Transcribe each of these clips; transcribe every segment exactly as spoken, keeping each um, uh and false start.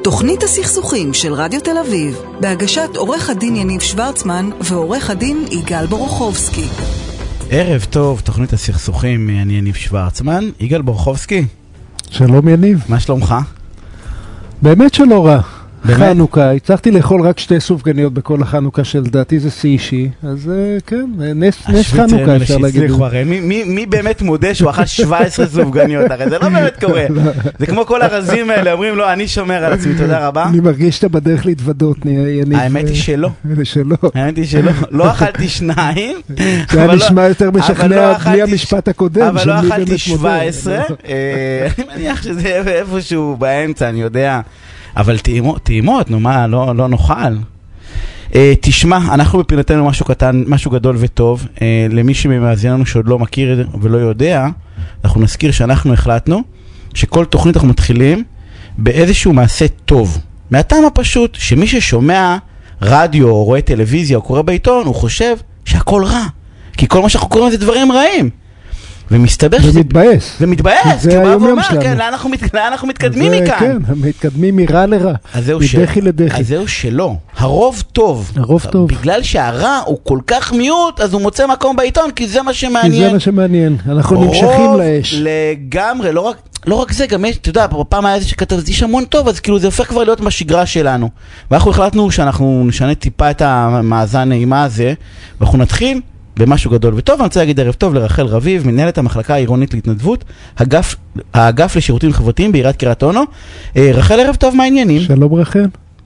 תוכנית הסכסוכים של רדיו תל אביב, בהגשת עורך הדין יניב שוורצמן ועורך הדין יגאל בורוכובסקי. ערב טוב, תוכנית הסכסוכים, אני יניב שוורצמן, יגאל בורוכובסקי. שלום יניב. מה שלומך? באמת שלא רע. באמת? חנוכה, הצלחתי לאכול רק שתי סופגניות בכל החנוכה שלדעתי זה שיא אישי, אז כן, נס, נס חנוכה אפשר להגיד. הרי, מי, מי, מי באמת מודה שהוא אכל שבע עשרה סופגניות? הרי זה לא באמת קורה. זה כמו כל הרזים האלה, אומרים לו, אני שומר על עצמי, תודה רבה. אני מרגיש שאתה בדרך להתוודות, יניב. האמת היא שלא. שלא. האמת היא שלא. לא אכלתי שניים. זה היה נשמע יותר משכנע בלי המשפט הקודם. אבל לא אכלתי שבע עשרה. אני מניח שזה איפשהו באמצע, אני יודע. אבל טעימות, טעימות, נו מה, לא, לא נאכל. אה, תשמע, אנחנו בפינתנו משהו קטן, משהו גדול וטוב. אה, למי שמאזין לנו שעוד לא מכיר ולא יודע, אנחנו נזכיר שאנחנו החלטנו שכל תוכנית אנחנו מתחילים באיזשהו מעשה טוב. מהטעם הפשוט, שמי ששומע רדיו או רואה טלוויזיה או קורא בעיתון, הוא חושב שהכל רע. כי כל מה שאנחנו קוראים זה דברים רעים. ומסתבר שזה... ומתבאס. ומתבאס, כי הוא בא ואומר, כן, לאן אנחנו, מת... לאן אנחנו מתקדמים מכאן? כן, מתקדמים מרע לרע, מדחי לדחי. אז זהו שלא. הרוב טוב. הרוב טוב. בגלל שהרע הוא כל כך מיעוט, אז הוא מוצא מקום בעיתון, כי זה מה שמעניין. כי זה מה שמעניין. אנחנו נמשכים לאש. לגמרי, לא רק... לא רק זה, גם יש, אתה יודע, פעם היה איזה שכתב, זה איש המון טוב, אז כאילו זה הופך כבר להיות בשגרה שלנו. ואנחנו החלטנו שאנחנו נשנה טיפה את המאזן נעימה הזה, ואנחנו נתחיל במשהו גדול וטוב. אני רוצה להגיד ערב טוב לרחל רביב, מנהלת המחלקה העירונית להתנדבות, האגף, האגף לשירותים חברתיים בעיריית קריית אונו. אה, רחל, ערב טוב, מה העניינים? שלום רחל.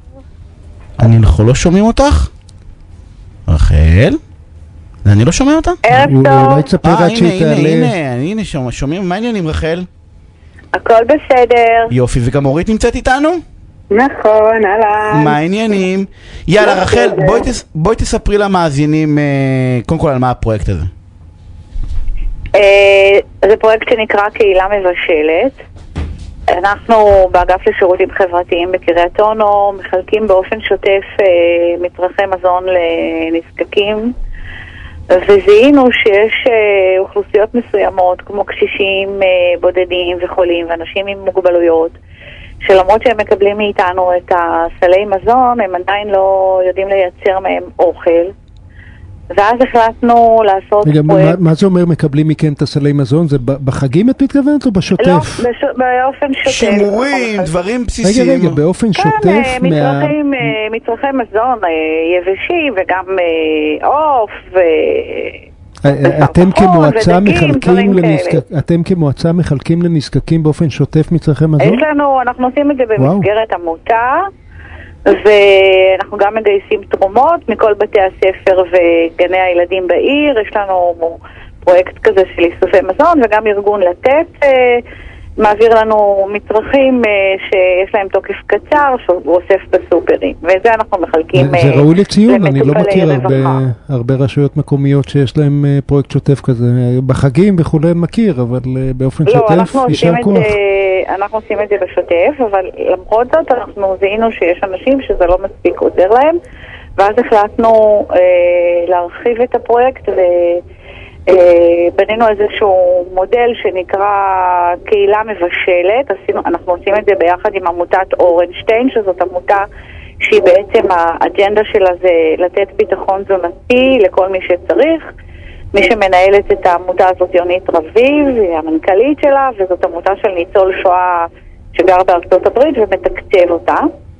אני אנחנו לא שומעים אותך? רחל? אני לא שומע אותה? ערב טוב. אולי תספר אה, עד הנה, שהיא הנה, תעלה. הנה, הנה, שומע, שומעים, מה העניינים, רחל? הכל בסדר. יופי, וגם אורית נמצאת איתנו? נכון, הלאה. מה העניינים? יאללה, רחל, בואי, תס, בואי תספרי למאזינים, אה, קודם כל על מה הפרויקט הזה. אה, זה פרויקט שנקרא קהילה מבשלת. אנחנו באגף לשירותים חברתיים בקריית אונו מחלקים באופן שוטף אה, מצרכי מזון לנזקקים, וזיהינו שיש אה, אוכלוסיות מסוימות כמו קשישים אה, בודדים וחולים ואנשים עם מוגבלויות, שלמרות שהם מקבלים מאיתנו את הסלי מזון, הם עדיין לא יודעים לייצר מהם אוכל. ואז החלטנו לעשות רגע, פרויקט... מה, מה זה אומר מקבלים מכן את הסלי מזון? זה בחגים את מתכוונת או בשוטף? לא, בש... באופן שוטף. שימורים, דברים בסיסיים. רגע, רגע, באופן כן, שוטף מצרכים, מה... מצרכי מזון יבשים וגם עוף ו... אתם כמועצה מחלקים לנזקקים, אתם כמועצה מחלקים לנזקקים באופן שוטף מצרכי מזון? יש לנו, אנחנו עושים את זה במסגרת עמותה, ואנחנו גם מגייסים תרומות מכל בתי הספר וגני הילדים בעיר. יש לנו פרויקט כזה של איסופי מזון, וגם ארגון לתת מעביר לנו מצרכים שיש להם תוקף קצר שהוא אוסף בסופרים, וזה אנחנו מחלקים. זה ראוי לציון, אני לא מכיר הרבה, הרבה רשויות מקומיות שיש להם פרויקט שוטף כזה. בחגים וכולי מכיר, אבל באופן שוטף יישר כוח. אנחנו עושים את זה בשוטף, אבל למרות זאת אנחנו זיהינו שיש אנשים שזה לא מספיק עוזר להם, ואז החלטנו אה, להרחיב את הפרויקט ו... בנינו איזשהו מודל שנקרא קהילה מבשלת. עשינו, אנחנו עושים את זה ביחד עם עמותת אורנשטיין, שזאת עמותה שהיא בעצם האג'נדה שלה זה לתת ביטחון תזונתי לכל מי שצריך. מי שמנהלת את העמותה הזאת יונית רביב, היא המנכ"לית שלה, וזאת עמותה של ניצול שואה שגר בארצות הברית ומתקצב אותה.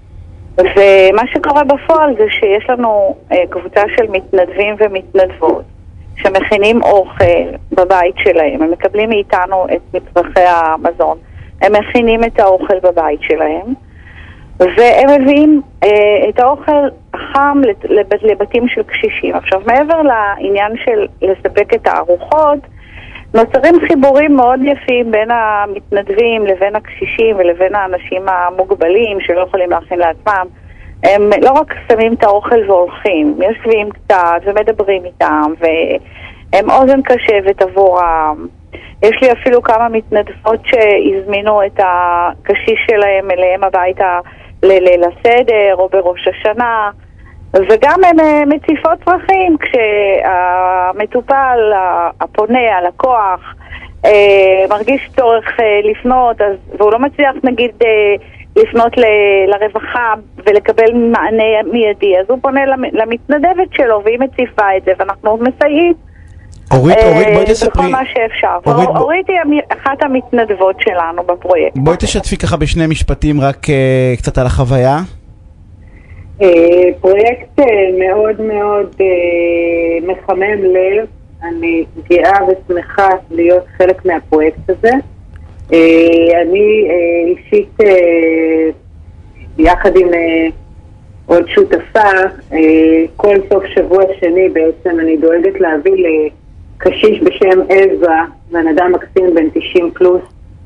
ומה שקורה בפועל זה שיש לנו קבוצה של מתנדבים ומתנדבות שמכינים אוכל בבית שלהם. הם מקבלים מאיתנו את מצרכי המזון, הם מכינים את האוכל בבית שלהם, והם מביאים אה, את האוכל החם לבת, לבתים של קשישים. עכשיו, מעבר לעניין של לספק את הארוחות, נוצרים חיבורים מאוד יפים בין המתנדבים לבין הקשישים ולבין האנשים המוגבלים שלא יכולים להכין לעצמם. הם לא רק שמים את האוכל והולכים, יושבים קצת ומדברים איתם, והם אוזן קשבת עבורם. יש לי אפילו כמה מתנדבות שהזמינו את הקשיש שלהם אליהם הביתה לליל הסדר או בראש השנה, וגם הם מציפות צרכים כשהמטופל, הפונה, הלקוח, מרגיש צורך לפנות, אז, והוא לא מצליח נגיד לפנות ל- לרווחה ולקבל מענה מיידי, אז הוא פונה למתנדבת שלו והיא מציפה את זה, ואנחנו מסייעים. אורית, אורית, בואי תספרי. בכל מה שאפשר. אורית היא אחת המתנדבות שלנו בפרויקט. בואי תשתפי ככה בשני משפטים רק קצת על החוויה. פרויקט מאוד מאוד מחמם לב. אני גאה ושמחה להיות חלק מהפרויקט הזה. אני אישית יחד עם עוד שותפה, כל סוף שבוע שני בעצם אני דואגת להביא לקשיש בשם עזרא, בן אדם מקסים בן תשעים פלוס,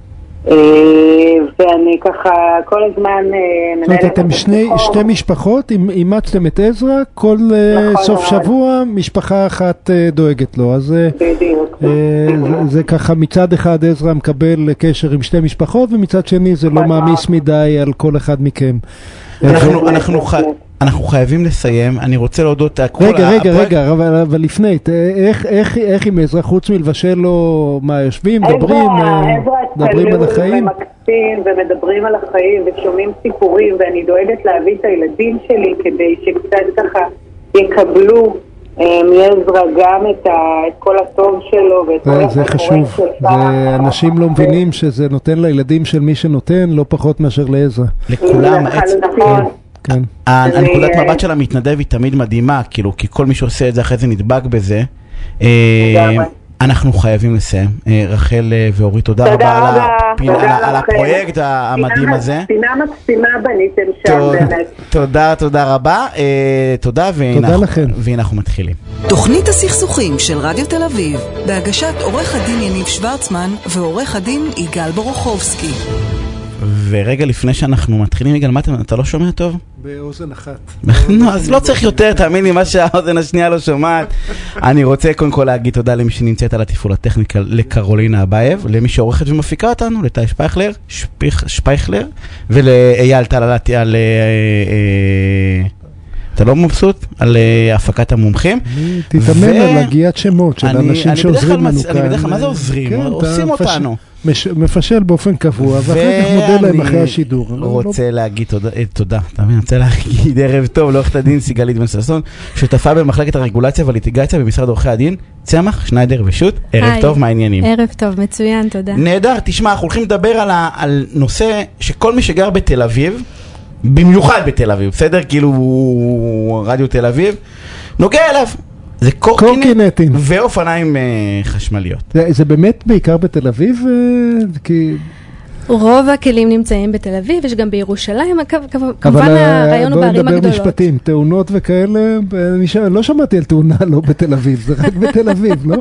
ואני ככה כל הזמן מנהלת... זאת אומרת, אתם שני משפחות, אימצתם את עזרא, כל סוף שבוע משפחה אחת דואגת לו, אז זה ככה מצד אחד עזרא מקבל קשר עם שתי משפחות, ומצד שני זה לא מעמיס מדי על כל אחד מכם. אנחנו, אנחנו, אנחנו חייבים לסיים, אני רוצה להודות... רגע, רגע, רגע, אבל לפני, איך, איך עם עזרא, חוץ מלבשל לו, מה, יושבים, מדברים, מדברים על החיים? ומקסים ומדברים על החיים ושומעים סיפורים, ואני דואגת להביא את הילדים שלי כדי שקצת ככה יקבלו מעזרא גם את כל הטוב שלו ואת כל זה חשוב, ואנשים לא מבינים שזה נותן לילדים של מי שנותן לא פחות מאשר לעזרא. לכולם, הנקודת מבט של המתנדב היא תמיד מדהימה, כאילו, כי כל מי שעושה את זה אחרי זה נדבק בזה. אנחנו חייבים לסיים. רחל ואורית, תודה רבה על הפרויקט המדהים הזה. פינה מקסימה בניתם שם באמת. תודה, תודה רבה. תודה, והנה אנחנו מתחילים. תוכנית הסכסוכים של רדיו תל אביב, בהגשת עורך הדין יניב שוורצמן ועורך הדין יגאל בורוכובסקי. ורגע לפני שאנחנו מתחילים, יגאל, מה אתה לא שומע טוב? באוזן אחת. נו, אז לא צריך יותר, תאמין לי, מה שהאוזן השנייה לא שומעת. אני רוצה קודם כל להגיד תודה למי שנמצאת על התפעול הטכניקה, לקרולינה אבייב, למי שעורכת ומפיקה אותנו, לתאי שפייכלר, שפייכלר, ולאייל טל על... אתה לא מבסוט על הפקת המומחים? תתאמן על הגיית שמות של אנשים שעוזרים לנו כאן. אני בדרך כלל, מה זה עוזרים? עושים אותנו. מפשל באופן קבוע, ואחר כך מודה להם אחרי השידור. אני רוצה להגיד תודה, אני רוצה להגיד ערב טוב לעורכת הדין סיגלית בן ששון, שותפה במחלקת הרגולציה והליטיגציה במשרד עורכי הדין, צמח, שניידר ושות. ערב טוב, מה העניינים? ערב טוב, מצוין, תודה. נהדר, תשמע, אנחנו הולכים לדבר על נושא שכל מי שגר בתל אביב, במיוחד בתל אביב, בסדר? כאילו רדיו תל אביב, נוגע אליו. זה קורקינטים ואופניים חשמליות. זה באמת בעיקר בתל אביב? רוב הכלים נמצאים בתל אביב, יש גם בירושלים, כמובן הרעיון הוא בערים הגדולות. בואי נדבר משפטים, תאונות וכאלה, לא שמעתי על תאונה לא בתל אביב, זה רק בתל אביב, לא?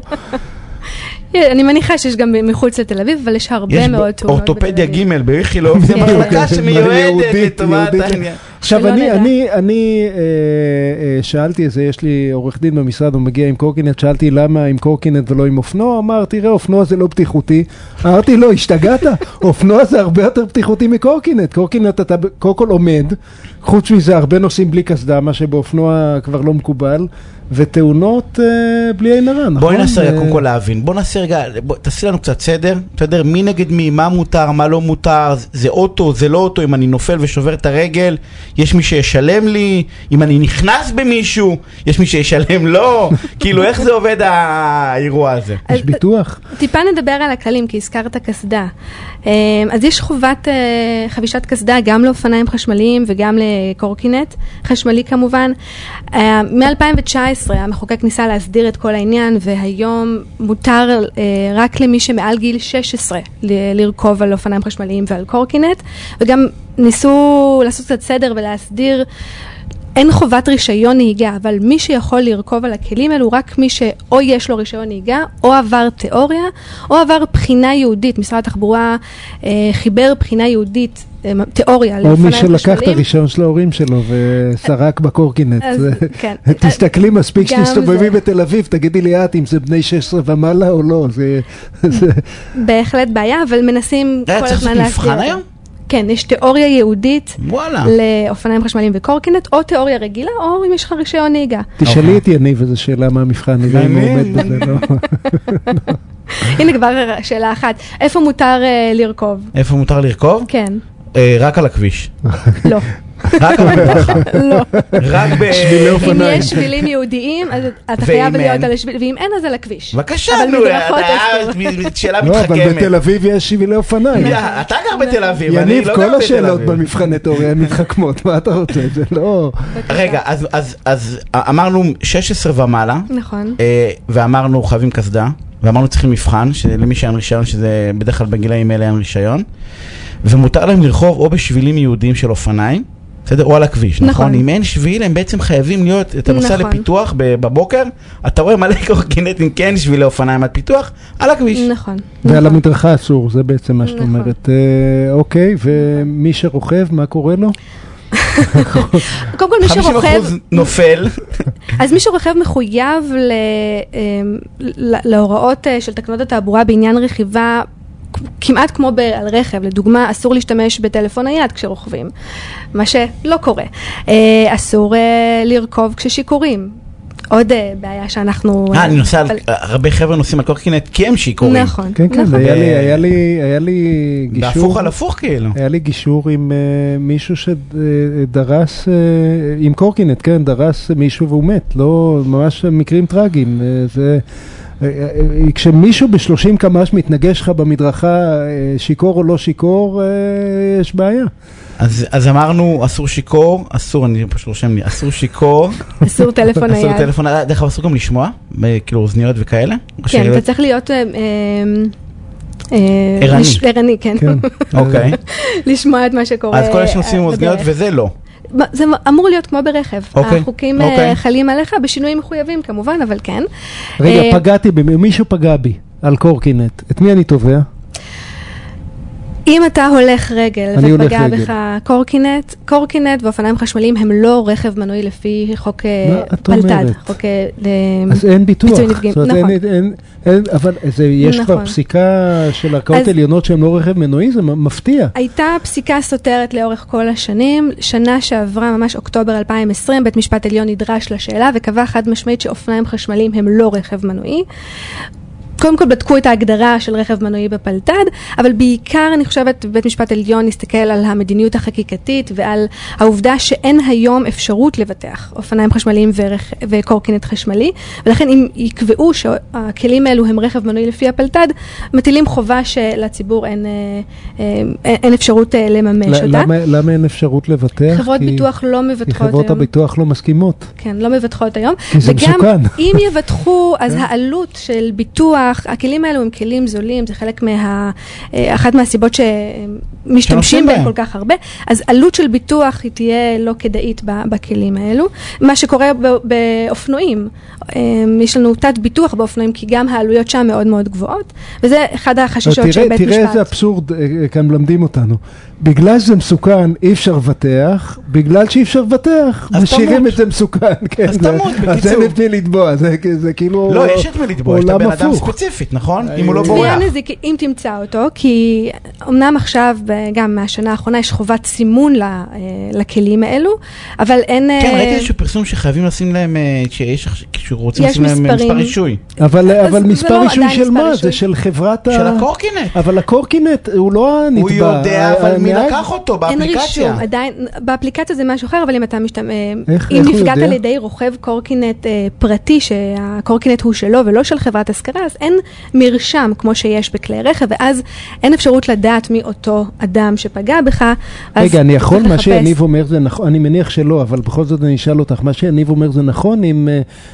אני מניחה שיש גם מחוץ לתל אביב, אבל יש הרבה מאוד תאונות. יש אורתופדיה ג' באיכילוב, זה מחלקה שמיועדת לטובת העניין. עכשיו, אני שאלתי איזה, יש לי עורך דין במשרד, הוא מגיע עם קורקינט, שאלתי למה עם קורקינט ולא עם אופנוע, אמר, תראה, אופנוע זה לא בטיחותי. אמרתי, לא, השתגעת, אופנוע זה הרבה יותר בטיחותי מקורקינט. קורקינט אתה קודם כל עומד, חוץ מזה הרבה נוסעים בלי קסדה, מה שבאופנוע כבר לא מקובל, ותאונות בלי עין הרע, נכון? בואי נעשה קודם כל להבין, בוא נעשה רגע, תעשי לנו קצת סדר, בסדר, מי נגד מי, מה מותר, מה לא מותר, זה אוטו, זה לא אוטו, אם אני נופל ושובר את הרגל, יש מי שישלם לי, אם אני נכנס במישהו, יש מי שישלם לו, כאילו איך זה עובד האירוע הזה? יש ביטוח? טיפה נדבר על הכללים, כי הזכרת קסדה. אז יש חובת חבישת קסדה גם לאופניים חשמליים וגם לקורקינט, חשמלי כמובן. מ-אלפיים תשע עשרה המחוקק ניסה להסדיר את כל העניין, והיום מותר רק למי שמעל גיל שש עשרה לרכוב על אופניים חשמליים ועל קורקינט, וגם ניסו לעשות קצת סדר ולהסדיר, אין חובת רישיון נהיגה, אבל מי שיכול לרכוב על הכלים האלו, רק מי שאו יש לו רישיון נהיגה, או עבר תיאוריה, או עבר בחינה יהודית. משרד התחבורה אה, חיבר בחינה יהודית, אה, תיאוריה לאופניים חשמליים. או מי שלקח את הרישיון של ההורים שלו וסרק בקורקינט. אז, כן. תסתכלי מספיק שתסתובבי בתל אביב, תגידי לי את אם זה בני שש עשרה ומעלה או לא. זה, זה... בהחלט בעיה, אבל מנסים כל הזמן להסדיר. מבחן היום? כן, יש תיאוריה יהודית וואלה. לאופניים חשמליים וקורקינט, או תיאוריה רגילה, או אם יש לך רישיון נהיגה. תשאלי את יניב איזו שאלה מה המבחן, נראה אם הוא עומד בזה, לא? הנה כבר שאלה אחת, איפה מותר לרכוב? איפה מותר לרכוב? כן. רק על הכביש. לא. רק על המדרכה. לא. רק בשבילי אופניים. אם יש שבילים יהודיים, אז אתה חייב להיות על השביל, ואם אין, אז על הכביש. בבקשה, נו, שאלה מתחכמת. לא, אבל בתל אביב יש שבילי אופניים. אתה גר בתל אביב, אני יניב, לא גר בתל אביב. כל השאלות במבחני תיאוריה הן מתחכמות, מה אתה רוצה? זה לא... רגע, אז אמרנו שש עשרה ומעלה. נכון. ואמרנו חייבים קסדה, ואמרנו צריכים מבחן, שלמי שאין רישיון, שזה בדרך כלל בגילאים האלה אין רישיון, ומותר להם לרחוב או בשבילים יהודיים של אופניים, בסדר? או על הכביש, נכון? נכון? אם אין שביל, הם בעצם חייבים להיות, אתה נוסע נכון. לפיתוח בבוקר, אתה רואה מלא קורקינטים, כן שבילי אופניים על פיתוח, על הכביש. נכון. ועל נכון. המדרכה אסור, זה בעצם מה שאת אומרת. אה, אוקיי, ומי שרוכב, מה קורה לו? קודם כל מי שרוכב... חמישים אחוז נופל. אז מי שרוכב מחויב להוראות של תקנות התעבורה בעניין רכיבה, כמעט כמו על רכב, לדוגמה, אסור להשתמש בטלפון נייד כשרוכבים, מה שלא קורה. אסור לרכוב כששיקורים. עוד בעיה שאנחנו... אה, אני נוסע, הרבה חבר'ה נוסעים על קורקינט כי הם שיקורים. נכון. כן, כן, היה לי גישור... בהפוך על הפוך כאילו. היה לי גישור עם מישהו שדרס, עם קורקינט, כן, דרס מישהו והוא מת, לא, ממש מקרים טרגיים. זה... כשמישהו בשלושים קמ"ש מתנגש לך במדרכה, שיקור או לא שיקור, יש בעיה. אז, אז אמרנו, אסור שיקור, אסור, אני פשוט רושם לי, אסור שיקור. אסור טלפון נייד. אסור טלפון נייד, דרך כלל אסור גם לשמוע, כאילו אוזניות וכאלה. כן, אתה צריך להיות... ערני. ערני, כן. אוקיי. לשמוע את מה שקורה. אז כל אנשים עושים אוזניות וזה לא. זה אמור להיות כמו ברכב. החוקים חלים עליך, בשינויים מחויבים כמובן, אבל כן. רגע, פגעתי, מישהו פגע בי על קורקינט. את מי אני תובע? אם אתה הולך רגל ופגע בך קורקינט, קורקינט ואופניים חשמליים הם לא רכב מנועי לפי חוק פלטד. אז אין ביטוח. נכון. אבל יש כבר פסיקה של ערכאות עליונות שהם לא רכב מנועי, זה מפתיע. הייתה פסיקה סותרת לאורך כל השנים. שנה שעברה, ממש אוקטובר אלפיים ועשרים, בית משפט עליון נדרש לשאלה וקבע חד משמעית שאופניים חשמליים הם לא רכב מנועי. קודם כל בדקו את ההגדרה של רכב מנועי בפלטד, אבל בעיקר אני חושבת בית משפט עליון נסתכל על המדיניות החקיקתית ועל העובדה שאין היום אפשרות לבטח אופניים חשמליים ורכ... וקורקינט חשמלי, ולכן אם יקבעו שהכלים האלו הם רכב מנועי לפי הפלטד, מטילים חובה שלציבור אין, אין, אין אפשרות לממש אותה. למה, למה אין אפשרות לבטח? חברות כי... ביטוח לא מבטחות היום. חברות הביטוח לא מסכימות. כן, לא מבטחות היום. כי זה וגם מסוכן. אם יבטחו, אז העלות של ביטוח הכלים האלו הם כלים זולים, זה חלק מה... אחת מהסיבות שמשתמשים בהם כל כך הרבה, אז עלות של ביטוח היא תהיה לא כדאית בכלים האלו. מה שקורה באופנועים, יש לנו תת ביטוח באופנועים, כי גם העלויות שם מאוד מאוד גבוהות, וזה אחד החששות של בית משפט. תראה איזה אבסורד כאן מלמדים אותנו. בגלל שזה מסוכן, אי אפשר לבטח, בגלל שאי אפשר לבטח, משאירים את זה מסוכן. אז תמות, בקיצור. אז אין את מי לתבוע, זה כאילו... לא, יש את מי לתבוע, יש את הבן אדם ספציפית, נכון? אם הוא לא בורח. אם תמצא אותו, כי אמנם עכשיו, גם מהשנה האחרונה, יש חובת סימון לכלים האלו, אבל אין... כן, ראיתי איזשהו פרסום שחייבים לשים להם, שרוצים לשים להם מספר רישוי. אבל מספר רישוי של מה? זה של חברת ה... של הקורקינט. אבל הקורקינט הוא לא הנתבע. הוא יודע, אבל מי לקח אותו באפליקציה? אין רישום, עדיין, באפליקציה זה משהו אחר, אבל אם אתה משתמש, אם נפגעת על ידי רוכב קורקינט פרטי, שהקורקינט הוא שלו ולא של חברת השכרה, אז אין מרשם כמו שיש בכלי רכב, ואז אין אפשרות לדעת מי אותו אדם שפגע בך. רגע, אני יכול, מה שיניב אומר זה נכון, אני מניח שלא, אבל בכל זאת אני אשאל אותך, מה שיניב אומר זה נכון, אם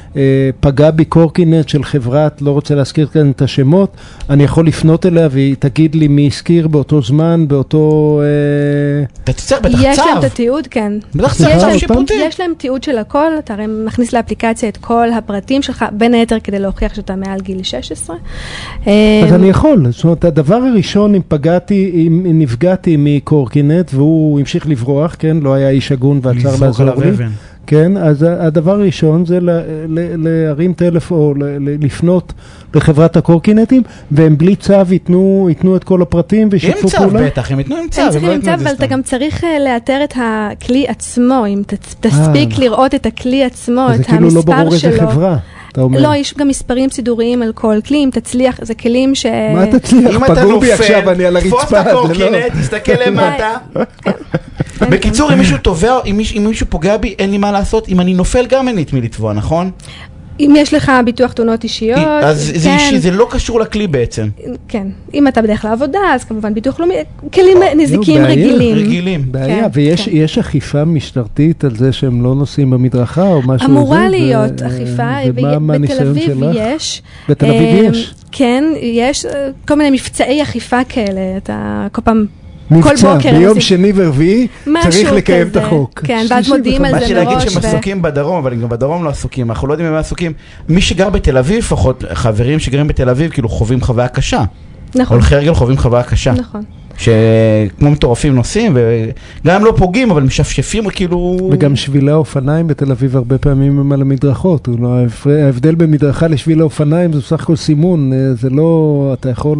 פגע בי קורקינט של חברת, לא רוצה להזכיר כאן את השמות, אני יכול לפנות אליה והיא תגיד לי מי הזכיר באותו זמן, באותו... תצטרך, בטח צו. יש להם את התיעוד, כן. בטח צו שיפוטי. יש להם תיעוד של הכל, אתה הרי מכניס לאפליקציה את כל הפרטים שלך, בין היתר כדי להוכיח שאתה מעל גיל שש עשרה. אז אני יכול, זאת אומרת, הדבר הראשון, אם פגעתי, אם נפגעתי מקורקינט, והוא המשיך לברוח, כן, לא היה איש הגון ועצר לעזור לי. כן, אז הדבר הראשון זה להרים טלפון, או לפנות לחברת הקורקינטים, והם בלי צו ייתנו, ייתנו את כל הפרטים ושיתפו פעולה. עם צו בטח, הם ייתנו עם צו. הם צריכים עם צו, אבל אתה גם צריך לאתר את הכלי עצמו, אם תספיק לראות את הכלי עצמו, את המספר שלו. זה כאילו לא ברור איזה חברה. אתה אומר. לא, יש גם מספרים סידוריים על כל כלי, אם תצליח, זה כלים ש... מה תצליח? פגעו בי עכשיו, אני על הרצפה. תפוס את הקורקינט, תסתכל למטה. בקיצור, אם מישהו תובע, אם מישהו פוגע בי, אין לי מה לעשות. אם אני נופל גם אין לי את מי לתבוע, נכון? אם יש לך ביטוח תאונות אישיות, אז זה אישי, זה לא קשור לכלי בעצם. כן. אם אתה בדרך לעבודה, אז כמובן ביטוח לאומי, כלים נזיקים רגילים. רגילים. בעיה, ויש אכיפה משטרתית על זה שהם לא נוסעים במדרכה או משהו? אמורה להיות אכיפה, בתל אביב יש. בתל אביב יש? כן, יש כל מיני מבצעי אכיפה כאלה, אתה כל פעם... מבצע, ביום שני ורביעי צריך לקיים את החוק. כן, ואז מודיעים על זה מראש. מה שנגיד שהם עסוקים בדרום, אבל גם בדרום לא עסוקים, אנחנו לא יודעים אם הם עסוקים. מי שגר בתל אביב, לפחות חברים שגרים בתל אביב, כאילו חווים חוויה קשה. נכון. הולכי רגל חווים חוויה קשה. נכון. שכמו מטורפים נוסעים, וגם הם לא פוגעים, אבל משפשפים כאילו... וגם שבילי האופניים בתל אביב הרבה פעמים הם על המדרכות. ההבדל במדרכה לשביל האופניים זה סך הכל סימון, זה לא... אתה יכול...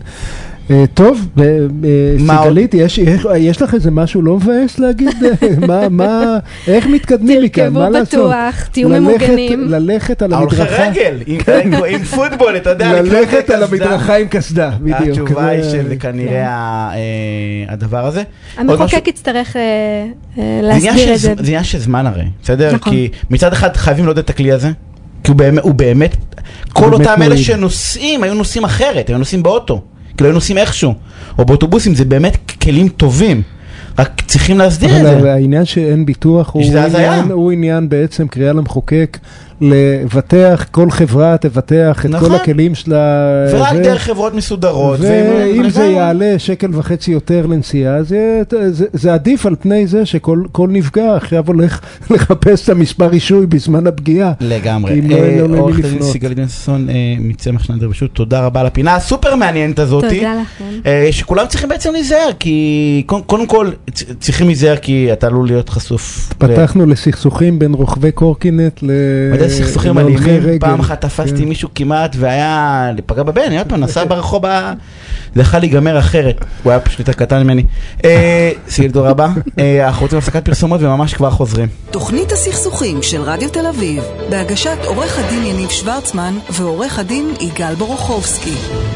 טוב, סיגלית, יש לך איזה משהו לא מבאס להגיד? מה, איך מתקדמים מכאן? תרכבו בטוח, תהיו ממוגנים. ללכת על המדרכה. הולכי רגל, עם פוטבול, אתה יודע. ללכת על המדרכה עם קסדה, בדיוק. התשובה היא שזה כנראה הדבר הזה. המחוקק יצטרך להסביר את זה. זה עניין של זמן הרי, בסדר? כי מצד אחד חייבים לעודד את הכלי הזה, כי הוא באמת, כל אותם אלה שנוסעים, היו נוסעים אחרת, היו נוסעים באוטו. כאילו היו נוסעים איכשהו, או באוטובוסים, זה באמת כלים טובים, רק צריכים להסדיר את זה. אבל העניין שאין ביטוח הוא עניין בעצם קריאה למחוקק, לבטח, כל חברה תבטח את כל הכלים שלה. ורק דרך חברות מסודרות. ואם זה יעלה שקל וחצי יותר לנסיעה, זה עדיף על פני זה שכל נפגע עכשיו הולך לחפש את המספר רישוי בזמן הפגיעה. לגמרי. עורכת הדין סיגלית בן-ששון מצמח שנדר פשוט, תודה רבה על הפינה הסופר מעניינת הזאת. תודה לכם. שכולם צריכים בעצם להיזהר, כי קודם כל צריכים להיזהר כי אתה עלול להיות חשוף. פתחנו לסכסוכים בין רוכבי קורקינט ל... סכסוכים אלימים, פעם אחת תפסתי מישהו כמעט והיה לפגע בבן, עוד פעם נסע ברחוב, זה יכול להיגמר אחרת, הוא היה פשוט יותר קטן ממני. סיגל, תודה רבה, אנחנו רוצים הפסקת פרסומות וממש כבר חוזרים. תוכנית הסכסוכים של רדיו תל אביב, בהגשת עורך הדין יניב שוורצמן ועורך הדין יגאל בורוכובסקי.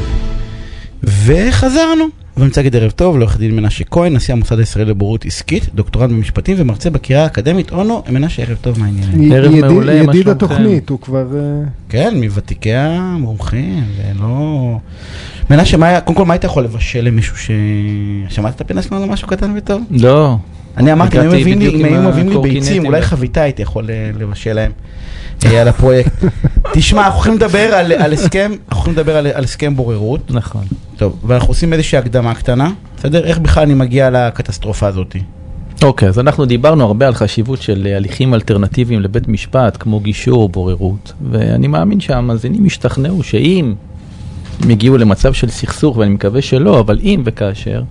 וחזרנו. ומצגת ערב טוב, לעורך דין מנשה כהן, נשיא המוסד הישראלי לבוררות עסקית, דוקטורנט במשפטים ומרצה בקריירה האקדמית. אונו, מנשה, ערב טוב, מה העניין? ערב מעולה, ידיד התוכנית, הוא כבר... כן, מוותיקי המומחים, ולא... מנשה, קודם כל, מה היית יכול לבשל למישהו ש... שמעת את הפינה שלנו למשהו קטן וטוב? לא. אני אמרתי, אם היו מביאים לי ביצים, אולי חביתה הייתי יכול לבשל להם על הפרויקט. תשמע, אנחנו יכולים לדבר על הסכם, אנחנו יכולים לדבר על הסכם בוררות. נכון. טוב, ואנחנו עושים איזושהי הקדמה קטנה, בסדר? איך בכלל אני מגיע לקטסטרופה הזאת? אוקיי, אז אנחנו דיברנו הרבה על חשיבות של הליכים אלטרנטיביים לבית משפט, כמו גישור או בוררות, ואני מאמין שהמאזינים השתכנעו שאם הם הגיעו למצב של סכסוך, ואני מקווה שלא, אבל אם וכאשר,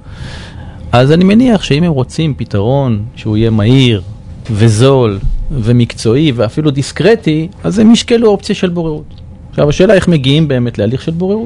אז אני מניח שאם הם רוצים פתרון שהוא יהיה מהיר וזול ומקצועי ואפילו דיסקרטי, אז הם ישקלו אופציה של בוררות. עכשיו, השאלה איך מגיעים באמת להליך של בוררות.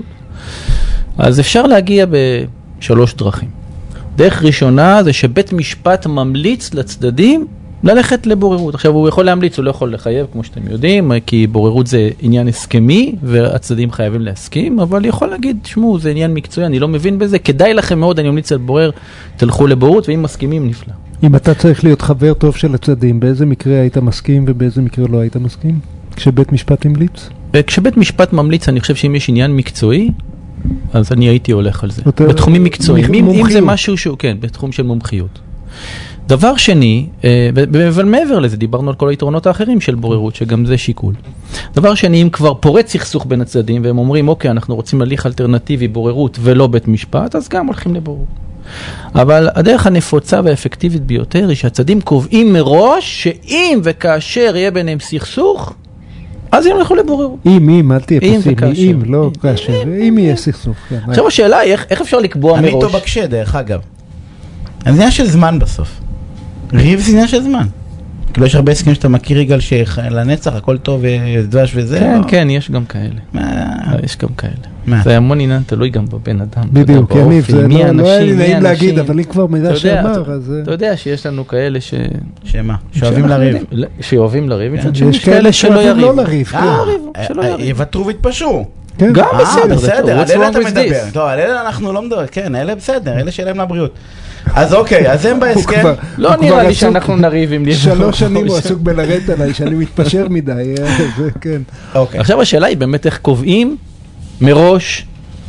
אז אפשר להגיע בשלוש דרכים. דרך ראשונה זה שבית משפט ממליץ לצדדים ללכת לבוררות. עכשיו, הוא יכול להמליץ, הוא לא יכול לחייב, כמו שאתם יודעים, כי בוררות זה עניין הסכמי, והצדדים חייבים להסכים, אבל יכול להגיד, שמו, זה עניין מקצועי, אני לא מבין בזה, כדאי לכם מאוד, אני ממליץ לבורר, תלכו לבוררות, ואם מסכימים, נפלא. אם אתה צריך להיות חבר טוב של הצדדים, באיזה מקרה היית מסכים ובאיזה מקרה לא היית מסכים? כשבית משפט המליץ? כשבית משפט ממליץ, אני חושב שאם יש עניין מקצועי, אז אני הייתי הולך על זה. בתחומים מקצועיים. אם זה משהו שהוא, כן, בתחום של מומחיות. דבר שני, אבל מעבר לזה, דיברנו על כל היתרונות האחרים של בוררות, שגם זה שיקול. דבר שני, אם כבר פורץ סכסוך בין הצדדים, והם אומרים, אוקיי, אנחנו רוצים הליך אלטרנטיבי, בוררות ולא בית משפט, אז גם הולכים לבוררות. אבל הדרך הנפוצה והאפקטיבית ביותר היא שהצדדים קובעים מראש שאם וכאשר יהיה ביניהם סכסוך, אז הם הולכו לבוררות. אם, אם, אל תהיה פסימי, אם, לא כאשר, אם יהיה סכסוך. עכשיו השאלה היא, איך אפשר לקבוע מראש? אני איתו בקשה, דרך אגב. זה עניין של זמן בסוף. ריב זה עניין של זמן. כאילו יש הרבה הסכמים שאתה מכיר יגאל שלנצח הכל טוב ודבש וזה. כן, כן, יש גם כאלה. יש גם כאלה. זה המון עניין, תלוי גם בבן אדם. בדיוק, יניב, זה לא היה לי נעים להגיד, אבל לי כבר מידע שאמר, אז... אתה יודע שיש לנו כאלה ש... שמה? שאוהבים לריב. שאוהבים לריב, יש כאלה שאוהבים לא לריב. יוותרו והתפשרו. גם בסדר, בסדר, על אלה אתה מדבר. טוב, על אלה אנחנו לא מדבר, כן, אלה בסדר, אלה שלהם לבריאות. אז אוקיי, אז הם בהסכם. לא נראה לי שאנחנו נריב עם לי. שלוש שנים הוא עסוק בלרדת עליי, שאני מתפשר מדי, זה כן. עכשיו השאלה היא באמת איך קובעים מראש,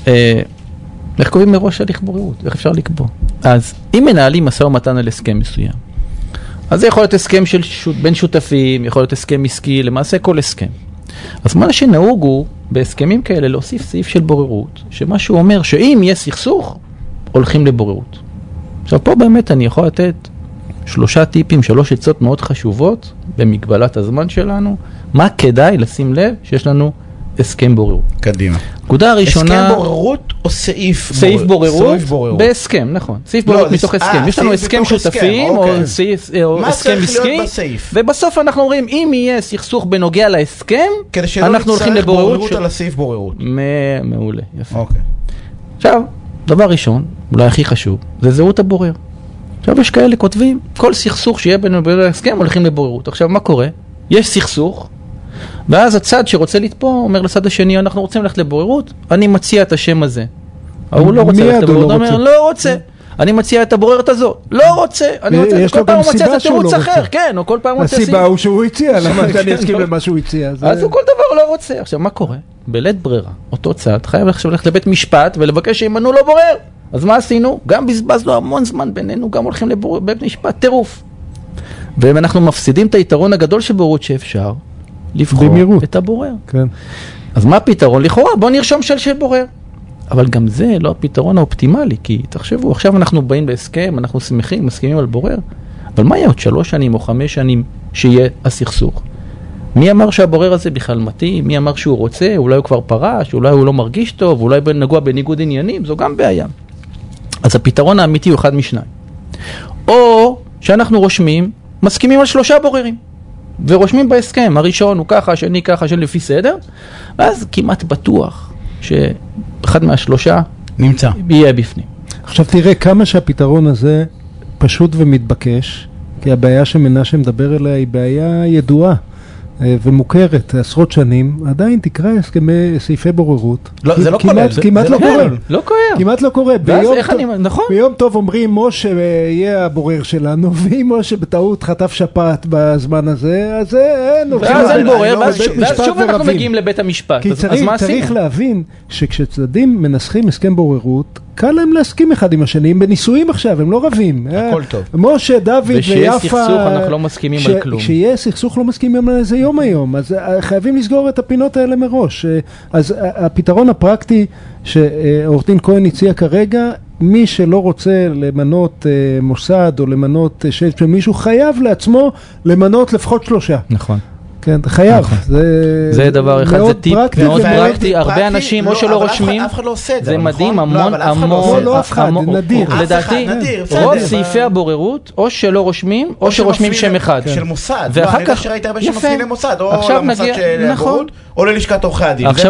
איך קובעים מראש הליך בוררות, איך אפשר לקבוע. אז אם מנהלים משא ומתן על הסכם מסוים, אז זה יכול להיות הסכם בין שותפים, יכול להיות הסכם עסקי, למעשה כל הסכם. אז מה שנהוג הוא בהסכמים כאלה להוסיף סעיף של בוררות, שמה שהוא אומר שאם יש סכסוך, הולכים לבוררות. עכשיו פה באמת אני יכול לתת שלושה טיפים, שלוש עצות מאוד חשובות במגבלת הזמן שלנו, מה כדאי לשים לב שיש לנו הסכם בוררות. קדימה. נקודה הראשונה... הסכם בוררות או סעיף בוררות? סעיף בוררות בהסכם, נכון. סעיף בוררות מתוך הסכם. יש לנו הסכם שותפים או הסכם עסקי, ובסוף אנחנו אומרים, אם יהיה סכסוך בנוגע להסכם, אנחנו הולכים לבוררות. בוררות על הסעיף בוררות. מעולה, יפה. עכשיו, דבר ראשון, אולי הכי חשוב, זה זהות הבורר. עכשיו יש כאלה כותבים, כל סכסוך שיהיה בינינו ובין ההסכם הולכים לבוררות. עכשיו מה קורה? יש סכסוך, ואז הצד שרוצה לתפוע אומר לצד השני, אנחנו רוצים ללכת לבוררות, אני מציע את השם הזה. הוא לא רוצה ללכת לבוררות, הוא אומר, לא רוצה. אני מציע את הבוררת הזאת. לא רוצה. אני רוצה, כל פעם הוא מציע את התירוץ אחר, כן, או כל פעם הוא מציע... הסיבה הוא שהוא הציע, למה שאני אסכים למה שהוא הציע. אז הוא כל דבר הוא לא רוצה. עכשיו, מה קורה? בלית ברירה, אותו צד חייב עכשיו ללכת לבית משפט ולבקש שימנו לו בורר. אז מה עשינו? גם בזבזנו המון זמן בינינו, גם הולכים לבית משפט, טירוף. ואנחנו מפסידים את היתרון הגדול של בוררות שאפשר לבחור את הבורר. כן. אז מה הפתרון? לכאורה, בוא נרשום של של בורר. אבל גם זה לא הפתרון האופטימלי, כי תחשבו, עכשיו אנחנו באים בהסכם, אנחנו שמחים, מסכימים על בורר, אבל מה יהיה עוד שלוש שנים או חמש שנים שיהיה הסכסוך? מי אמר שהבורר הזה בכלל מתאים? מי אמר שהוא רוצה? אולי הוא כבר פרש, אולי הוא לא מרגיש טוב, אולי נגוע בניגוד עניינים, זו גם בעיה. אז הפתרון האמיתי הוא אחד משניים. או שאנחנו רושמים, מסכימים על שלושה בוררים, ורושמים בהסכם, הראשון הוא ככה, השני ככה, השני לפי סדר, ואז כמעט בטוח שאחד מהשלושה נמצא. יהיה בפנים. עכשיו תראה כמה שהפתרון הזה פשוט ומתבקש, כי הבעיה שמנשה מדבר אליה היא בעיה ידועה ומוכרת עשרות שנים, עדיין תקרא הסכמי סעיפי בוררות. לא, זה לא כולל. כמעט לא קורה. לא קורה. כמעט לא קורה. ואז איך אני... נכון. ביום טוב אומרים, משה יהיה הבורר שלנו, ואם משה בטעות חטף שפעת בזמן הזה, אז אין... ואז אין בורר, ואז שוב אנחנו מגיעים לבית המשפט. כי צריך להבין שכשצדדים מנסחים הסכם בוררות, קל להם להסכים אחד עם השני, הם בניסויים עכשיו, הם לא רבים. הכל טוב. משה, דוד ויפה... ושיהיה סכסוך, אנחנו לא מסכימים על כלום. כשיהיה סכסוך, לא מסכימים על איזה יום היום, אז חייבים לסגור את הפינות האלה מראש. אז הפתרון הפרקטי שעורך דין כהן הציע כרגע, מי שלא רוצה למנות מוסד או למנות של מישהו, חייב לעצמו למנות לפחות שלושה. נכון. כן, חייב. זה דבר אחד, זה טיפ מאוד פרקטי, הרבה אנשים או שלא רושמים, אף אחד לא עושה את זה, זה מדהים, המון, המון, לא אף אחד, נדיר. לדעתי, רוב סעיפי הבוררות, או שלא רושמים, או שרושמים שם אחד. של מוסד, ואחר כך שראית הרבה שמפעילים למוסד, או למוסד של הבוררות, או ללשכת עורכי הדין. עכשיו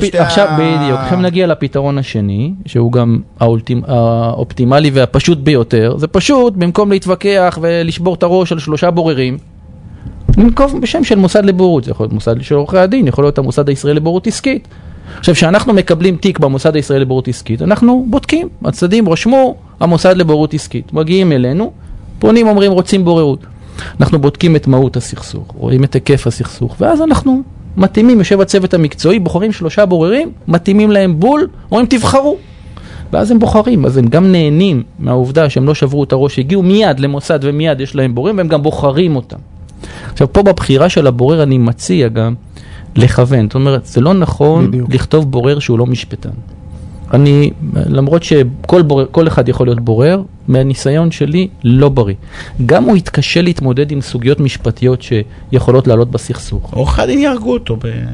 נגיע לפתרון השני, שהוא גם האופטימלי והפשוט ביותר, זה פשוט, במקום להתווכח ולשבור את הראש על שלושה בוררים, ננקוב בשם של מוסד לבוררות, זה יכול להיות מוסד של עורכי הדין, יכול להיות המוסד הישראלי לבוררות עסקית. עכשיו, כשאנחנו מקבלים תיק במוסד הישראלי לבוררות עסקית, אנחנו בודקים, הצדדים רושמו המוסד לבוררות עסקית, מגיעים אלינו, פונים, אומרים, רוצים בוררות. אנחנו בודקים את מהות הסכסוך, רואים את היקף הסכסוך, ואז אנחנו מתאימים, יושב הצוות המקצועי, בוחרים שלושה בוררים, מתאימים להם בול, אומרים, תבחרו. ואז הם בוחרים, אז הם גם נהנים מהעובדה שהם לא שברו את הראש, הגיעו מיד למוסד ומיד יש להם בוררים, והם גם בוחרים אותם. עכשיו, פה בבחירה של הבורר אני מציע גם לכוון. זאת אומרת, זה לא נכון בדיוק. לכתוב בורר שהוא לא משפטן. אני, למרות שכל בורר, כל אחד יכול להיות בורר, מהניסיון שלי לא בריא. גם הוא יתקשה להתמודד עם סוגיות משפטיות שיכולות לעלות בסכסוך. עורכי הדין יהרגו אותו.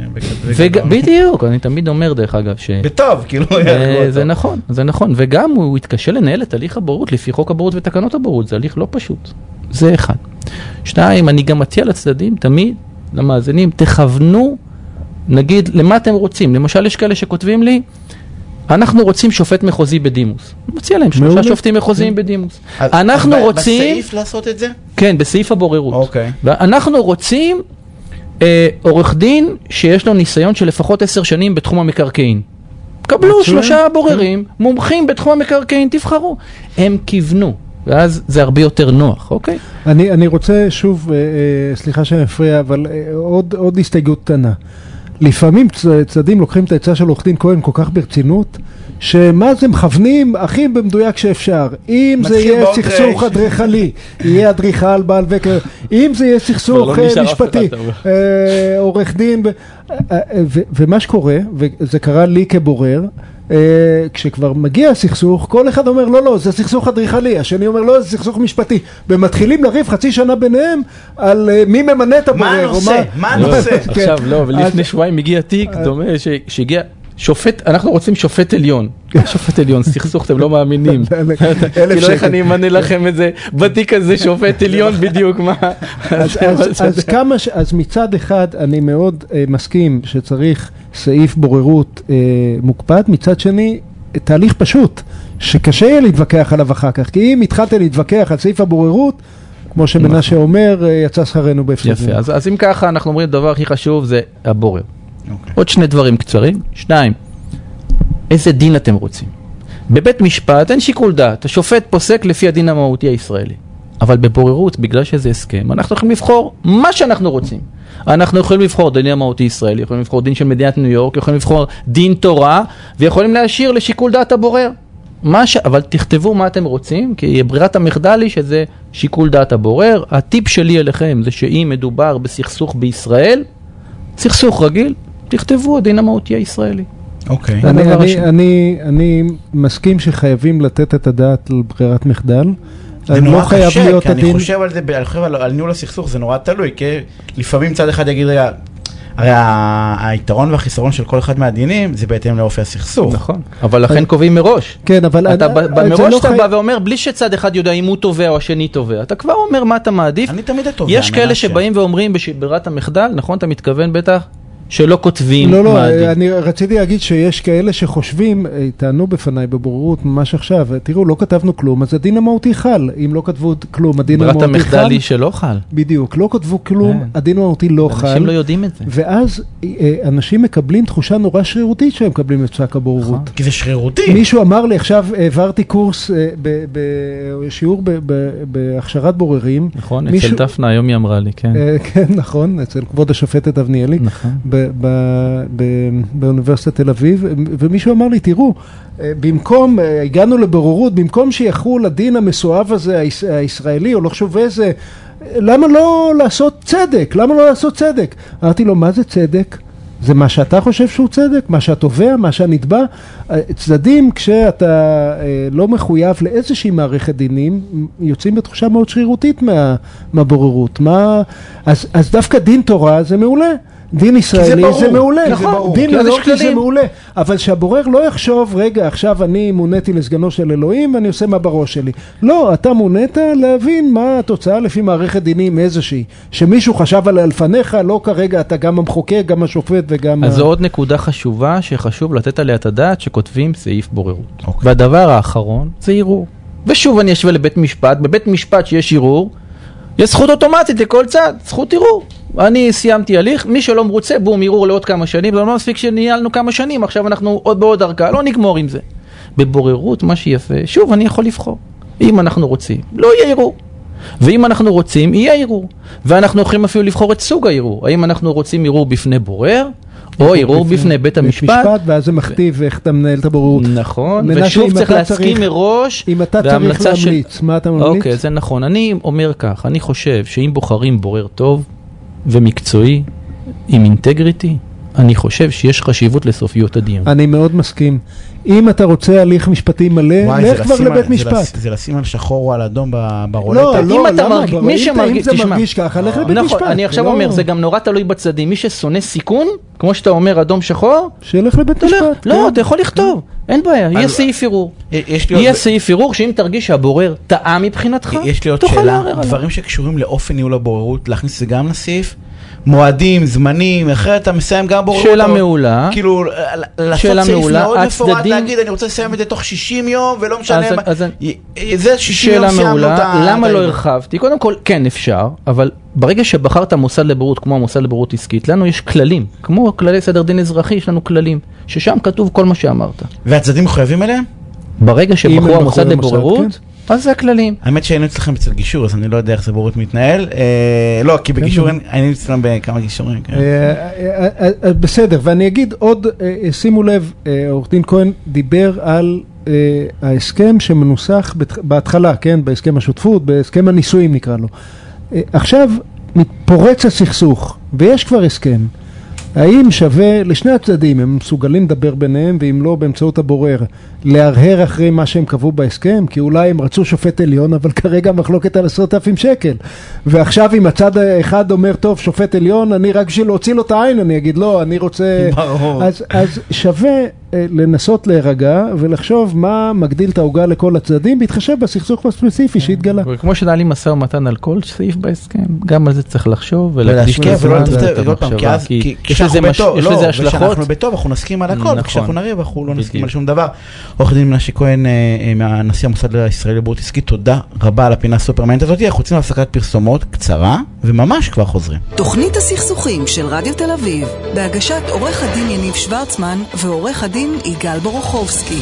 בדיוק, אני תמיד אומר דרך אגב ש... בטוב, כאילו יהרגו אותו. זה נכון, זה נכון. וגם הוא יתקשה לנהל את הליך הבוררות לפי חוק הבוררות ותקנות הבוררות. זה הליך לא פשוט. זה אחד. שתיים, אני גם מציע לצדדים תמיד, למאזינים, תכוונו נגיד, למה אתם רוצים? למשל, יש כאלה שכותבים לי, אנחנו רוצים שופט מחוזי בדימוס. מציע להם שלושה שופטים מחוזיים בדימוס. אנחנו רוצים... בסעיף לעשות את זה? כן, בסעיף הבוררות. אוקיי. ואנחנו רוצים עורך דין שיש לו ניסיון של לפחות עשר שנים בתחום המקרקעין. קבלו שלושה בוררים, מומחים בתחום המקרקעין, תבחרו. הם כיוונו, ואז זה הרבה יותר נוח, אוקיי? אני, אני רוצה שוב, סליחה שאני מפריע, אבל עוד, עוד הסתייגות קטנה. לפעמים צדדים לוקחים את העצה של עורך דין כהן כל כך ברצינות, שמה זה מכוונים הכי במדויק שאפשר. אם זה יהיה סכסוך אדריכלי, יהיה אדריכל בעל וקר, אם זה יהיה סכסוך משפטי, עורך דין, ומה שקורה, וזה קרה לי כבורר, כשכבר מגיע הסכסוך, כל אחד אומר, לא, לא, זה סכסוך אדריכלי, השני אומר, לא, זה סכסוך משפטי, ומתחילים לריב חצי שנה ביניהם על מי ממנה את הבורר. מה הנושא? מה הנושא? עכשיו, לא, ולפני שבועיים הגיע תיק דומה שהגיע... שופט, אנחנו רוצים שופט עליון. שופט עליון, סכסוך, אתם לא מאמינים. כאילו איך אני אמנה לכם את זה, בתיק הזה שופט עליון בדיוק מה. אז מצד אחד אני מאוד מסכים שצריך סעיף בוררות מוקפד, מצד שני תהליך פשוט, שקשה יהיה להתווכח עליו אחר כך, כי אם התחלת להתווכח על סעיף הבוררות, כמו שמנשה אומר, יצא שכרנו בהפסדים. יפה, אז אם ככה אנחנו אומרים, הדבר הכי חשוב זה הבורר. Okay. עוד שני דברים קצרים. שניים, איזה דין אתם רוצים? בבית משפט אין שיקול דעת, השופט פוסק לפי הדין המהותי הישראלי. אבל בבוררות, בגלל שזה הסכם, אנחנו יכולים לבחור מה שאנחנו רוצים. אנחנו יכולים לבחור דין המהותי ישראלי, יכולים לבחור דין של מדינת ניו יורק, יכולים לבחור דין תורה, ויכולים להשאיר לשיקול דעת הבורר. מה ש... אבל תכתבו מה אתם רוצים, כי ברירת המחדל היא שזה שיקול דעת הבורר. הטיפ שלי אליכם זה שאם מדובר בסכסוך בישראל, סכסוך רגיל, תכתבו הדין המהותי הישראלי. אוקיי. אני, אני, אני, אני מסכים שחייבים לתת את הדעת על ברירת מחדל. זה נורא קשה, כי אני חושב על זה, אני חושב על ניהול הסכסוך, זה נורא תלוי, כי לפעמים צד אחד יגיד, רגע, הרי היתרון והחיסרון של כל אחד מהדינים, זה בהתאם לאופי הסכסוך. נכון, אבל לכן קובעים מראש. כן, אבל... אתה מראש אתה בא ואומר, בלי שצד אחד יודע אם הוא תובע או השני תובע, אתה כבר אומר מה אתה מעדיף. אני תמיד התובע. יש כאלה שבאים ואומרים בברירת המחדל, נכון, אתה מתכוון בטח, שלא כותבים לא, לא, אני רציתי להגיד שיש כאלה שחושבים, טענו בפניי בבוררות ממש עכשיו, תראו, לא כתבנו כלום, אז הדין המהותי חל. אם לא כתבו כלום, הדין המהותי חל. ברירת המחדל היא שלא חל. בדיוק, לא כתבו כלום, הדין המהותי לא חל. אנשים לא יודעים את זה. ואז אנשים מקבלים תחושה נורא שרירותית שהם מקבלים את פסק הבוררות. כי זה שרירותי. מישהו אמר לי, עכשיו העברתי קורס בשיעור בהכשרת בוררים. נכון, אצל דפנה, היום היא אמרה לי, כן. כן, נכון, אצל כבוד השופטת אבניאלי. נכון. באוניברסיטת תל אביב, ומישהו אמר לי, תראו, במקום, הגענו לבוררות, במקום שיחול הדין המסואב הזה, הישראלי, או לא חשוב איזה, למה לא לעשות צדק? למה לא לעשות צדק? אמרתי לו, מה זה צדק? זה מה שאתה חושב שהוא צדק, מה שהתובע, מה שהנתבע. צדדים, כשאתה לא מחויב לאיזושהי מערכת דינים, יוצאים בתחושה מאוד שרירותית מה, מהבוררות. מה, אז, אז דווקא דין תורה זה מעולה. דין ישראלי זה, זה מעולה, נכון, דין לוקי זה מעולה, אבל שהבורר לא יחשוב, רגע, עכשיו אני מוניתי לסגנו של אלוהים ואני עושה מה בראש שלי. לא, אתה מונית להבין מה התוצאה לפי מערכת דינים איזושהי, שמישהו חשב עליה לפניך, לא כרגע אתה גם המחוקק, גם השופט וגם... אז ה... זו עוד נקודה חשובה שחשוב לתת עליה את הדעת שכותבים סעיף בוררות. אוקיי. והדבר האחרון זה ערעור. ושוב אני אשווה לבית משפט, בבית משפט שיש ערעור, יש זכות אוטומטית לכל צד, זכות ערעור. אני סיימתי הליך, מי שלא מרוצה, בום, ערעור לעוד כמה שנים, זה לא מספיק שניהלנו כמה שנים, עכשיו אנחנו עוד בעוד ערכה, לא נגמור עם זה. בבוררות, מה שיפה, שוב, אני יכול לבחור. אם אנחנו רוצים, לא יהיה ערעור. ואם אנחנו רוצים, יהיה ערעור. ואנחנו יכולים אפילו לבחור את סוג הערעור. האם אנחנו רוצים ערעור בפני בורר, או ערעור בפני בית המשפט. ואז זה מכתיב איך אתה מנהל את הבוררות. נכון, ושוב צריך להסכים מראש. אם אתה צריך להמליץ, מה אתה ממליץ? אוקיי, זה נכון. אני אומר כך, אני חושב שאם בוחרים בורר טוב ומקצועי, עם אינטגריטי, אני חושב שיש חשיבות לסופיות הדיון. אני מאוד מסכים. אם אתה רוצה הליך משפטי מלא, לך כבר לבית משפט. זה לשים על שחור או על אדום ברולטה. לא, לא, למה? אם זה מרגיש ככה, לך לבית משפט. אני עכשיו אומר, זה גם נורא תלוי בצדדים. מי ששונא סיכון, כמו שאתה אומר, אדום שחור, שילך לבית משפט. לא, אתה יכול לכתוב, אין בעיה, יהיה סעיף ערעור. יהיה סעיף ערעור שאם תרגיש שהבורר טעה מבחינתך, יש לי עוד שאלה, דברים שקשורים לאופן ניהול הבוררות, להכניס את זה גם לסעיף, מועדים, זמנים, אחרת אתה מסיים גם בוררות. שאלה מעולה. כאילו, לעשות סעיף מאוד מפורט, להגיד, אני רוצה לסיים את זה תוך שישים יום, ולא משנה מה. זה שישים יום סיימנו את ה... למה לא הרחבתי? קודם כל, כן אפשר, אבל ברגע שבחרת מוסד לבוררות, כמו המוסד לבוררות עסקית, לנו יש כללים, כמו כללי סדר דין אזרחי, יש לנו כללים, ששם כתוב כל מה שאמרת. והצדדים מחויבים אליהם? ברגע שבחרו המוסד לבוררות, אז זה הכללים. האמת שהיינו אצלכם אצל גישור, אז אני לא יודע איך זה בוררות מתנהל. לא, כי בגישור היינו אצלם בכמה גישורים. בסדר, ואני אגיד עוד, שימו לב, עורך דין כהן דיבר על ההסכם שמנוסח בהתחלה, כן, בהסכם השותפות, בהסכם הנישואים נקרא לו. עכשיו פורץ הסכסוך, ויש כבר הסכם. האם שווה לשני הצדדים, הם מסוגלים לדבר ביניהם, ואם לא באמצעות הבורר, להרהר אחרי מה שהם קבעו בהסכם, כי אולי הם רצו שופט עליון, אבל כרגע מחלוקת על עשרת אלפים שקל. ועכשיו אם הצד האחד אומר, טוב, שופט עליון, אני רק בשביל להוציא לו את העין, אני אגיד, לא, אני רוצה... אז, אז שווה לנסות להירגע, ולחשוב מה מגדיל את העוגה לכל הצדדים, בהתחשב בסכסוך הספציפי שהתגלה. וכמו שנעלים משא ומתן על כל סעיף בהסכם, גם על זה צריך לחשוב, ולהקדיש לזמן את המחשבה, כי יש לזה השלכות. כשאנחנו בטוב, אנחנו נסכים על הכל, וכשאנחנו נריב, אנחנו לא נסכים על שום דבר. עורך דין מנשה כהן, מהנשיא המוסד הישראלי לבוררות עסקית, תודה רבה על הפינה הסופרמנט הזאת. אנחנו רוצים להפסקת פרסומות קצרה, וממש כבר חוזרים. תוכנית הסכסוכים של רדיו תל אביב, בהגשת עורך הדין יניב שוורצמן ועורך הדין יגאל בורוכובסקי.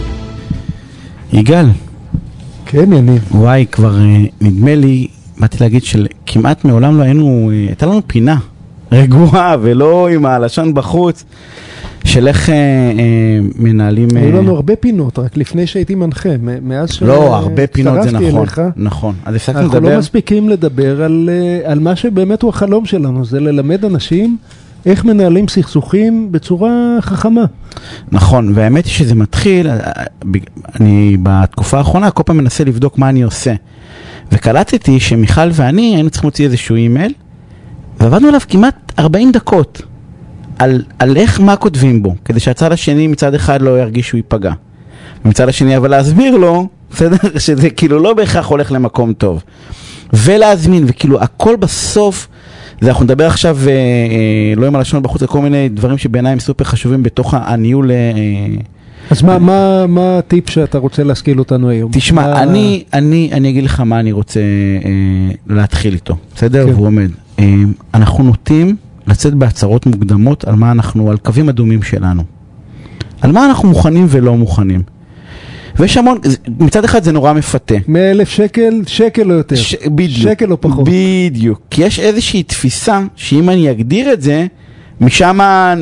יגאל. כן, יניב. וואי, כבר נדמה לי, באתי להגיד שכמעט מעולם לא היינו, הייתה לנו פינה רגועה ולא עם הלשון בחוץ. של איך אה, אה, מנהלים... היו לנו הרבה פינות, רק לפני שהייתי מנחה, מאז ש... לא, הרבה פינות זה נכון, נכון. אז הפסקנו לדבר... אנחנו לא מספיקים לדבר על, על מה שבאמת הוא החלום שלנו, זה ללמד אנשים איך מנהלים סכסוכים בצורה חכמה. נכון, והאמת היא שזה מתחיל, אני בתקופה האחרונה כל פעם מנסה לבדוק מה אני עושה. וקלטתי שמיכל ואני היינו צריכים להוציא איזשהו אימייל, ועבדנו עליו כמעט ארבעים דקות. על, על איך, מה כותבים בו, כדי שהצד השני מצד אחד לא ירגיש שהוא ייפגע. מצד השני, אבל להסביר לו, בסדר, שזה כאילו לא בהכרח הולך למקום טוב. ולהזמין, וכאילו הכל בסוף, זה אנחנו נדבר עכשיו, אה, אה, לא עם הלשון בחוץ, על כל מיני דברים שבעיניי הם סופר חשובים בתוך הניהול... אה, אז מה, מה, מה הטיפ שאתה רוצה להשכיל אותנו היום? תשמע, מה... אני, אני, אני אגיד לך מה אני רוצה אה, להתחיל איתו, בסדר? כן. והוא עומד. אה, אנחנו נוטים... לצאת בהצהרות מוקדמות על מה אנחנו, על קווים אדומים שלנו. על מה אנחנו מוכנים ולא מוכנים. ויש המון, מצד אחד זה נורא מפתה. מאלף שקל, שקל או יותר. ש, בדיוק. שקל או פחות. בדיוק. כי יש איזושהי תפיסה, שאם אני אגדיר את זה, משם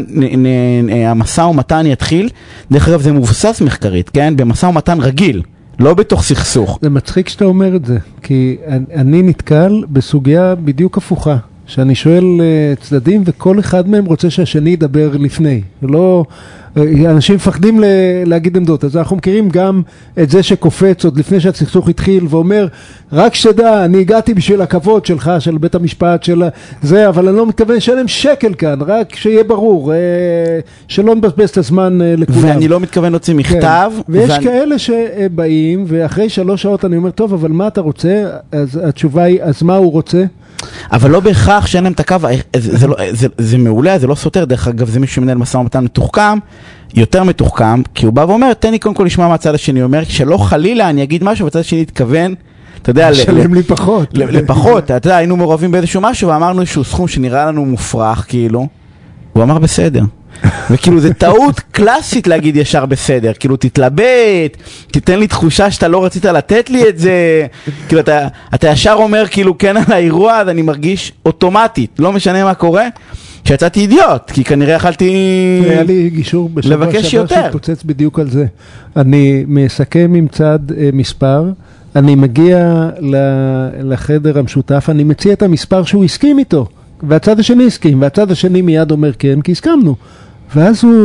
המסע ומתן יתחיל. דרך אגב, זה מבוסס מחקרית, כן? במסע ומתן רגיל. לא בתוך סכסוך. זה מצחיק שאתה אומר את זה. כי אני נתקל בסוגיה בדיוק הפוכה. שאני שואל uh, צדדים, וכל אחד מהם רוצה שהשני ידבר לפני. לא, uh, אנשים מפחדים ל- להגיד עמדות, אז אנחנו מכירים גם את זה שקופץ עוד לפני שהסכסוך התחיל, ואומר, רק שתדע, אני הגעתי בשביל הכבוד שלך, של בית המשפט, של זה, אבל אני לא מתכוון לשלם שקל כאן, רק שיהיה ברור, uh, שלא נבזבז את הזמן uh, לכולם. ואני לא מתכוון להוציא מכתב. כן. ויש ואני... כאלה שבאים, ואחרי שלוש שעות אני אומר, טוב, אבל מה אתה רוצה? אז התשובה היא, אז מה הוא רוצה? אבל לא בהכרח שאין להם את הקו, זה, זה, לא, זה, זה מעולה, זה לא סותר, דרך אגב זה מישהו שמנהל מסע ומתן מתוחכם, יותר מתוחכם, כי הוא בא ואומר, תן לי קודם כל לשמוע מהצד השני, הוא אומר, שלא חלילה אני אגיד משהו, והצד השני יתכוון, אתה יודע, לשלם לי פחות. לפחות, אתה יודע, היינו מעורבים באיזשהו משהו, ואמרנו איזשהו סכום שנראה לנו מופרך, כאילו, הוא אמר בסדר. וכאילו זה טעות קלאסית להגיד ישר בסדר, כאילו תתלבט, תיתן לי תחושה שאתה לא רצית לתת לי את זה, כאילו אתה, אתה ישר אומר כאילו כן על האירוע, אז אני מרגיש אוטומטית, לא משנה מה קורה, שיצאתי אידיוט, כי כנראה יכלתי היה לי גישור בשבוע שעבר שפוצץ בדיוק על זה. אני מסכם עם צד מספר, אני מגיע לחדר המשותף, אני מציע את המספר שהוא הסכים איתו, והצד השני הסכים, והצד השני מיד אומר כן, כי הסכמנו. ואז הוא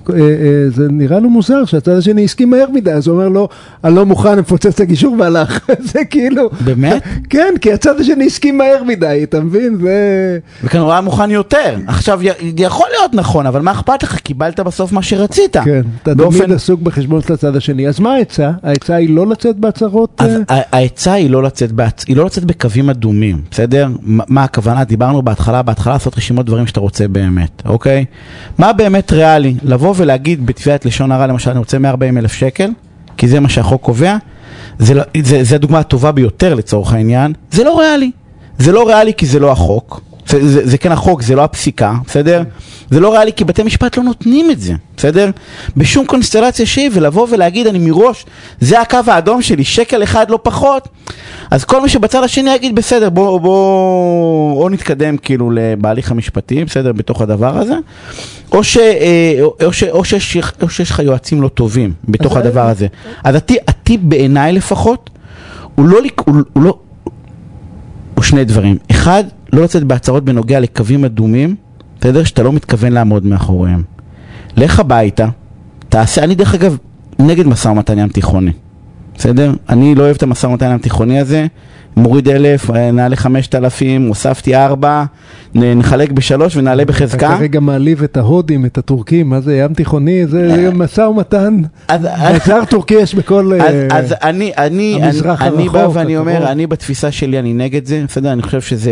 זה נראה לו מוזר שהצד השני הסכים מהר מדי, אז הוא אומר לו, אני לא מוכן, אני מפוצץ את הגישור והלך. זה כאילו... באמת? כן, כי הצד השני הסכים מהר מדי, אתה מבין? וכאן הוא היה מוכן יותר. עכשיו, יכול להיות נכון, אבל מה אכפת לך? קיבלת בסוף מה שרצית. כן, אתה תמיד עסוק בחשבון של הצד השני. אז מה העצה? העצה היא לא לצאת בהצהרות? אז העצה היא לא לצאת, היא לא לצאת בקווים אדומים, בסדר? מה הכוונה? דיברנו בהתחלה, בהתחלה לעשות רשימות דברים שאתה רוצה באמת, אוקיי? מה באמת ריאלי? לבוא ולהגיד בתביעת לשון הרע, למשל, אני רוצה מאה וארבעים אלף שקל, כי זה מה שהחוק קובע, זה, זה, זה הדוגמה הטובה ביותר לצורך העניין, זה לא ריאלי. זה לא ריאלי כי זה לא החוק, זה, זה, זה כן החוק, זה לא הפסיקה, בסדר? זה לא ריאלי כי בתי משפט לא נותנים את זה, בסדר? בשום קונסטלציה שהיא, ולבוא ולהגיד, אני מראש, זה הקו האדום שלי, שקל אחד לא פחות, אז כל מי שבצד השני יגיד, בסדר, בוא, בוא, או נתקדם כאילו בהליך המשפטי, בסדר, בתוך הדבר הזה, או ש, או ש, או שיש, או שיש לך יועצים לא טובים בתוך הדבר הזה. אז הטיפ בעיניי לפחות, הוא לא, הוא, הוא לא, הוא שני דברים. אחד, לא לצאת בהצהרות בנוגע לקווים אדומים, בסדר, שאתה לא מתכוון לעמוד מאחוריהם. לך הביתה, תעשה, אני דרך אגב נגד משא ומתן ים תיכוני, בסדר? אני לא אוהב את המשא ומתן ים תיכוני הזה, מוריד אלף, נעלה חמשת אלפים, הוספתי ארבע, נחלק בשלוש ונעלה בחזקה. אתה כרגע מעליב את ההודים, את הטורקים, מה זה ים תיכוני? זה משא ומתן, מזר טורקי יש בכל אז אני, אני, אני בא ואני אומר, אני בתפיסה שלי, אני נגד זה, בסדר? אני חושב שזה,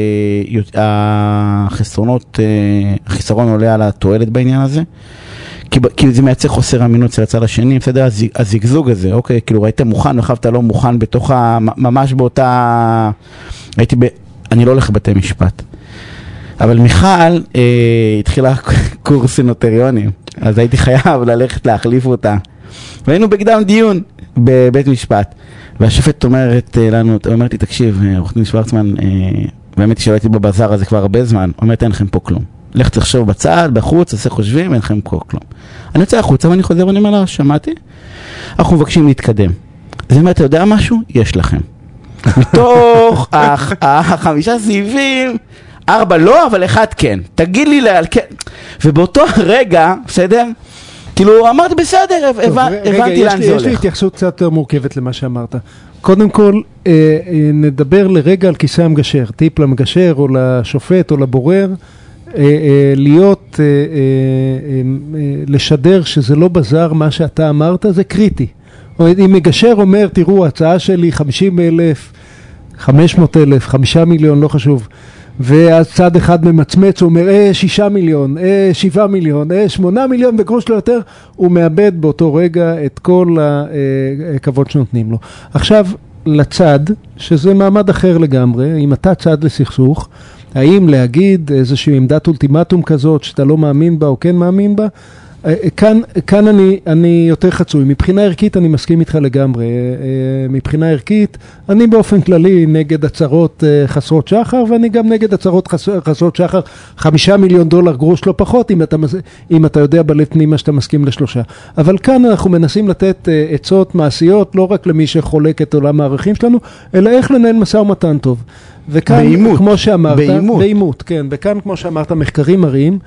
החסרונות, החיסרון עולה על התועלת בעניין הזה. כי, כי זה מייצר חוסר אמינות של הצד השני, בסדר, הזיגזוג הזה, אוקיי, כאילו ראית מוכן, וחבת לא מוכן בתוך ה... ממש באותה... הייתי ב... אני לא הולך לבתי משפט. אבל מיכל אה, התחילה קורס נוטריונים, אז הייתי חייב ללכת להחליף אותה. והיינו בקדם דיון בבית משפט, והשופט אומרת לנו, אומרת לי, תקשיב, עורך דין שוורצמן, אה, באמת שלא בבזר הזה כבר הרבה זמן, אומרת, אין לכם פה כלום. לך תחשוב בצד, בחוץ, עושה חושבים, אין לכם פה כלום. אני יוצא החוצה ואני חוזר ואני אומר לה, שמעתי? אנחנו מבקשים להתקדם. אז אם אתה יודע משהו, יש לכם. מתוך החמישה סעיפים, ארבע לא, אבל אחד כן. תגיד לי על כן. ובאותו רגע, בסדר? כאילו, אמרתי בסדר, הבנתי לאן זה הולך. יש לי התייחסות קצת יותר מורכבת למה שאמרת. קודם כל, נדבר לרגע על כיסא המגשר. טיפ למגשר או לשופט או לבורר. להיות, לשדר שזה לא בזר מה שאתה אמרת, זה קריטי. אם מגשר אומר, תראו, ההצעה שלי חמישים אלף, חמש מאות אלף, חמישה מיליון, לא חשוב, ואז צד אחד ממצמץ, הוא אומר, אה, שישה מיליון, אה, שבעה מיליון, אה, שמונה מיליון, בגרוש לא יותר, הוא מאבד באותו רגע את כל הכבוד שנותנים לו. עכשיו, לצד, שזה מעמד אחר לגמרי, אם אתה צד לסכסוך, האם להגיד איזושהי עמדת אולטימטום כזאת שאתה לא מאמין בה או כן מאמין בה, כאן, כאן אני, אני יותר חצוי. מבחינה ערכית אני מסכים איתך לגמרי. מבחינה ערכית אני באופן כללי נגד הצהרות חסרות שחר, ואני גם נגד הצהרות חסרות שחר, חמישה מיליון דולר גרוש לא פחות, אם אתה, אם אתה יודע בלב פנימה שאתה מסכים לשלושה. אבל כאן אנחנו מנסים לתת עצות מעשיות, לא רק למי שחולק את עולם הערכים שלנו, אלא איך לנהל משא ומתן טוב. וכאן, באימות, כמו שאמרת, באימות. באימות, כן, וכאן, כמו שאמרת, מחקרים מראים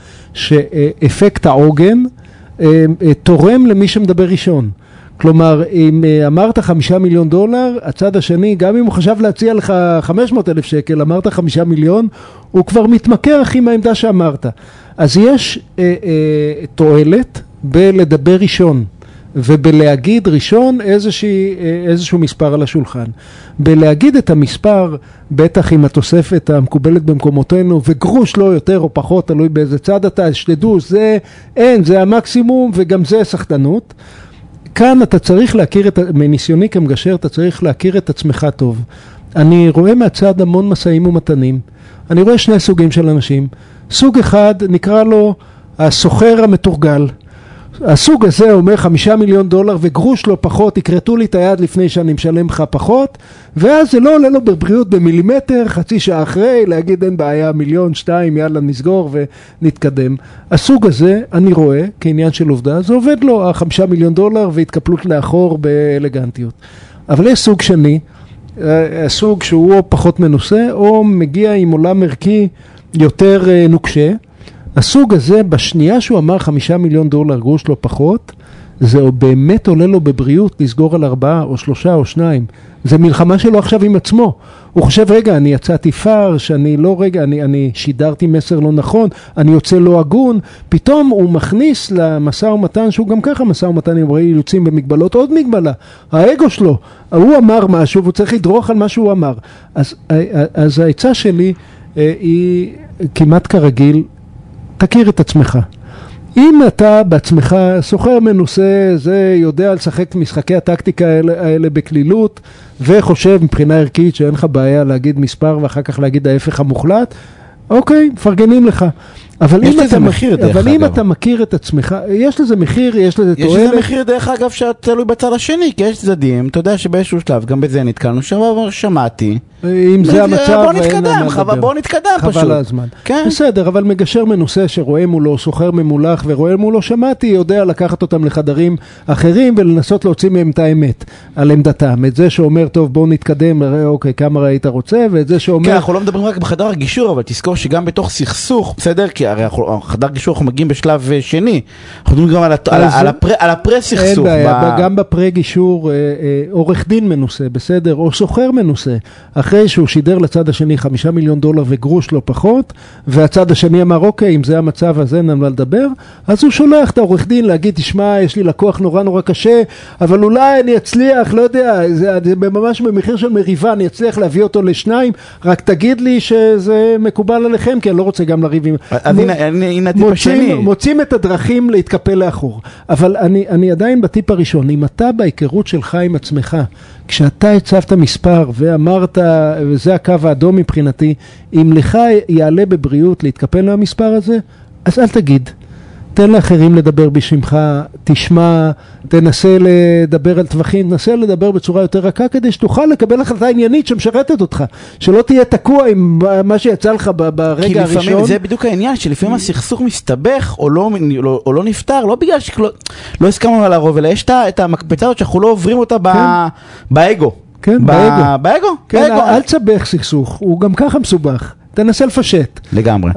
שאפקט העוגן תורם למי שמדבר ראשון. כלומר, אם אמרת חמישה מיליון דולר, הצד השני, גם אם הוא חשב להציע לך חמש מאות אלף שקל, אמרת חמישה מיליון, הוא כבר מתמקח עם העמדה שאמרת. אז יש אה, אה, תועלת בלדבר ראשון. ובלהגיד ראשון איזושהי, איזשהו מספר על השולחן. בלהגיד את המספר, בטח עם התוספת המקובלת במקומותינו, וגרוש לא יותר או פחות, תלוי באיזה צד אתה, שתדעו, זה אין, זה המקסימום, וגם זה סחטנות. כאן אתה צריך להכיר, את, מניסיוני כמגשר, אתה צריך להכיר את עצמך טוב. אני רואה מהצד המון מסעים ומתנים. אני רואה שני סוגים של אנשים. סוג אחד, נקרא לו הסוחר המתורגל. הסוג הזה אומר חמישה מיליון דולר וגרוש לא פחות, יקרטו לי את היד לפני שאני משלם לך פחות, ואז זה לא עולה לו בבריאות במילימטר, חצי שעה אחרי, להגיד אין בעיה, מיליון, שתיים, יאללה נסגור ונתקדם. הסוג הזה, אני רואה, כעניין של עובדה, זה עובד לו, החמישה מיליון דולר והתקפלות לאחור באלגנטיות. אבל יש סוג שני, הסוג שהוא או פחות מנוסה, או מגיע עם עולם ערכי יותר נוקשה, הסוג הזה, בשנייה שהוא אמר חמישה מיליון דולר גרוש לא פחות, זה באמת עולה לו בבריאות לסגור על ארבעה או שלושה או שניים. זה מלחמה שלו עכשיו עם עצמו. הוא חושב, רגע, אני יצאתי פרש, אני לא, רגע, אני, אני שידרתי מסר לא נכון, אני יוצא לא הגון. פתאום הוא מכניס למשא ומתן, שהוא גם ככה משא ומתן עם אילוצים במגבלות, עוד מגבלה. האגו שלו, הוא אמר משהו, והוא צריך לדרוך על מה שהוא אמר. אז, אז העצה שלי היא כמעט כרגיל, תכיר את עצמך. אם אתה בעצמך סוחר מנוסה, זה יודע לשחק משחקי הטקטיקה האלה, האלה בכלילות, וחושב מבחינה ערכית שאין לך בעיה להגיד מספר ואחר כך להגיד ההפך המוחלט, אוקיי, מפרגנים לך. אבל אם, אתה, מחיר, אבל אם אתה מכיר את עצמך, יש לזה מחיר, יש לזה תועלת. יש לזה מחיר דרך אגב שתלוי בצד השני, כי יש צדדים, אתה יודע שבאיזשהו שלב, גם בזה נתקלנו, שמעתי. אם זה המצב, בוא נתקדם, חבל, בוא נתקדם פשוט. חבל הזמן. כן. בסדר, אבל מגשר מנוסה שרואה מולו, סוחר ממולח ורואה מולו שמעתי, יודע לקחת אותם לחדרים אחרים ולנסות להוציא מהם את האמת על עמדתם. את זה שאומר, טוב, בוא נתקדם, אוקיי, כמה ראית רוצה, ואת זה שאומר... כן, אנחנו לא מדברים רק בחדר הגישור, אבל תזכור שגם בתוך סכסוך, בסדר? כי הרי חדר גישור אנחנו מגיעים בשלב שני. אנחנו מדברים גם על הפרה-סכסוך. גם בפרה-גישור, עורך דין מנוסה, בסדר? או סוחר מנוסה. אחרי שהוא שידר לצד השני חמישה מיליון דולר וגרוש לא פחות, והצד השני אמר, אוקיי, אם זה המצב הזה, אין מה לדבר, אז הוא שולח את העורך דין להגיד, תשמע, יש לי לקוח נורא נורא קשה, אבל אולי אני אצליח, לא יודע, זה, זה ממש במחיר של מריבה, אני אצליח להביא אותו לשניים, רק תגיד לי שזה מקובל עליכם, כי אני לא רוצה גם לריב עם... אז הנה, הנה הטיפ השני. מוצאים את הדרכים להתקפל לאחור. אבל אני, אני עדיין בטיפ הראשון, אם אתה בהיכרות שלך עם עצמך, כשאתה הצבת מספר ואמרת, וזה הקו האדום מבחינתי, אם לך יעלה בבריאות להתקפל מהמספר הזה, אז אל תגיד. תן לאחרים לדבר בשמך, תשמע, תנסה לדבר על טווחים, תנסה לדבר בצורה יותר רכה, כדי שתוכל לקבל החלטה עניינית שמשרתת אותך, שלא תהיה תקוע עם מה שיצא לך ברגע הראשון. כי לפעמים זה בדיוק העניין, שלפעמים הסכסוך מסתבך או לא, או, או לא נפטר, לא בגלל שלא לא הסכמנו על הרוב, אלא יש את המקפצה הזאת שאנחנו לא עוברים אותה ב, באגו. כן, ב, באגו. באגו? כן, באגו. אל תסבך סכסוך, הוא גם ככה מסובך, תנסה לפשט. לגמרי.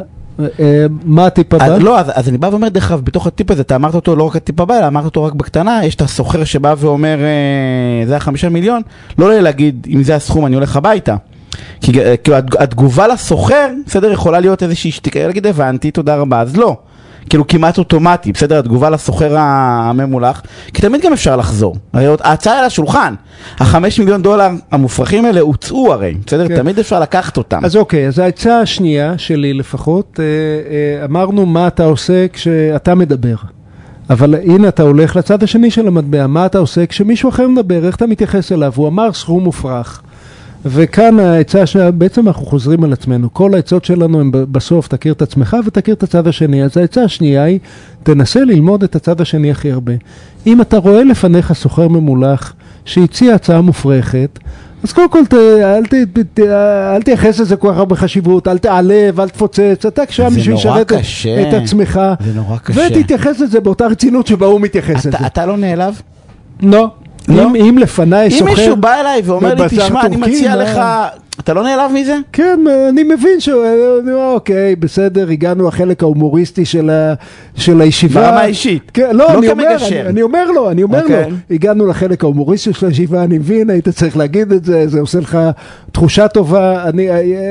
מה הטיפ הבא? לא, אז, אז אני בא ואומר דרך אגב, בתוך הטיפ הזה, אתה אמרת אותו לא רק הטיפ הבא, אלא אמרת אותו רק בקטנה, יש את הסוחר שבא ואומר, זה החמישה מיליון, לא להגיד, אם זה הסכום אני הולך הביתה. כי כאילו, התגובה לסוחר, בסדר, יכולה להיות איזושהי שתיקה, להגיד, הבנתי, תודה רבה, אז לא. כאילו כמעט אוטומטי, בסדר, התגובה לסוחר הממולח, כי תמיד גם אפשר לחזור. הרי ההצעה על השולחן, החמש מיליון דולר המופרכים האלה הוצאו הרי, בסדר, כן. תמיד אפשר לקחת אותם. אז אוקיי, אז ההצעה השנייה שלי לפחות, אמרנו מה אתה עושה כשאתה מדבר. אבל הנה אתה הולך לצד השני של המטבע, מה אתה עושה כשמישהו אחר מדבר, איך אתה מתייחס אליו, הוא אמר סכום מופרך. וכאן העצה שבעצם אנחנו חוזרים על עצמנו, כל העצות שלנו הם בסוף תכיר את עצמך ותכיר את הצד השני, אז העצה השנייה היא תנסה ללמוד את הצד השני הכי הרבה. אם אתה רואה לפניך סוחר ממולח שהציע הצעה מופרכת, אז קודם כל ת, אל, ת, ת, אל תייחס לזה כל כך הרבה חשיבות, אל תעלב, אל תפוצץ, אתה כשם בשביל לשרת את עצמך, ותתייחס לזה באותה רצינות שבה הוא מתייחס לזה. אתה לא נעלב? לא. לא? אם, אם לפניי אם סוחר... אם מישהו בא אליי ואומר לי, תשמע, אני מציע לך... אתה לא נעלב מזה? כן, אני מבין ש... אוקיי, בסדר, הגענו לחלק ההומוריסטי של, ה... של הישיבה. ברמה אישית? כן, לא, לא אני, אומר, אני, אני אומר לו, אני אומר okay. לו, הגענו לחלק ההומוריסטי של הישיבה, אני מבין, היית צריך להגיד את זה, זה עושה לך תחושה טובה, אני...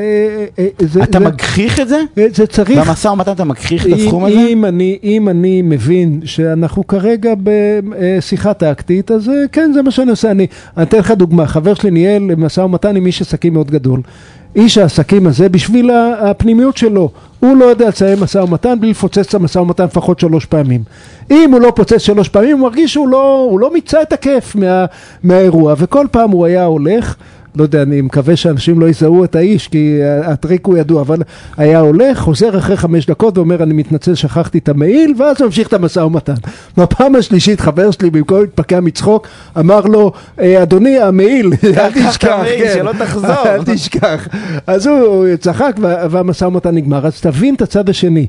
זה, אתה זה, מגחיך את זה? זה צריך... במשא ומתן אתה מגחיך את הסכום הזה? אם אני, אם אני מבין שאנחנו כרגע בשיחה טקטית, אז כן, זה מה שאני עושה. אני, אני אתן לך דוגמה, חבר שלי ניהל משא ומתן עם איש עסקים מאוד גדול. איש העסקים הזה, בשביל הפנימיות שלו, הוא לא יודע לסיים משא ומתן בלי לפוצץ את המשא ומתן לפחות שלוש פעמים. אם הוא לא פוצץ שלוש פעמים, הוא מרגיש שהוא לא, הוא לא מיצה את הכיף מה, מהאירוע, וכל פעם הוא היה הולך, לא יודע, אני מקווה שאנשים לא יזהו את האיש, כי הטריק הוא ידוע, אבל היה הולך, חוזר אחרי חמש דקות ואומר, אני מתנצל, שכחתי את המעיל, ואז ממשיך את המשא ומתן. בפעם השלישית, חבר שלי, במקום להתפקע מצחוק, אמר לו, אדוני, המעיל, אל תשכח, שלא תחזור. אל תשכח. אז הוא צחק, והמשא ומתן נגמר. אז תבין את הצד השני.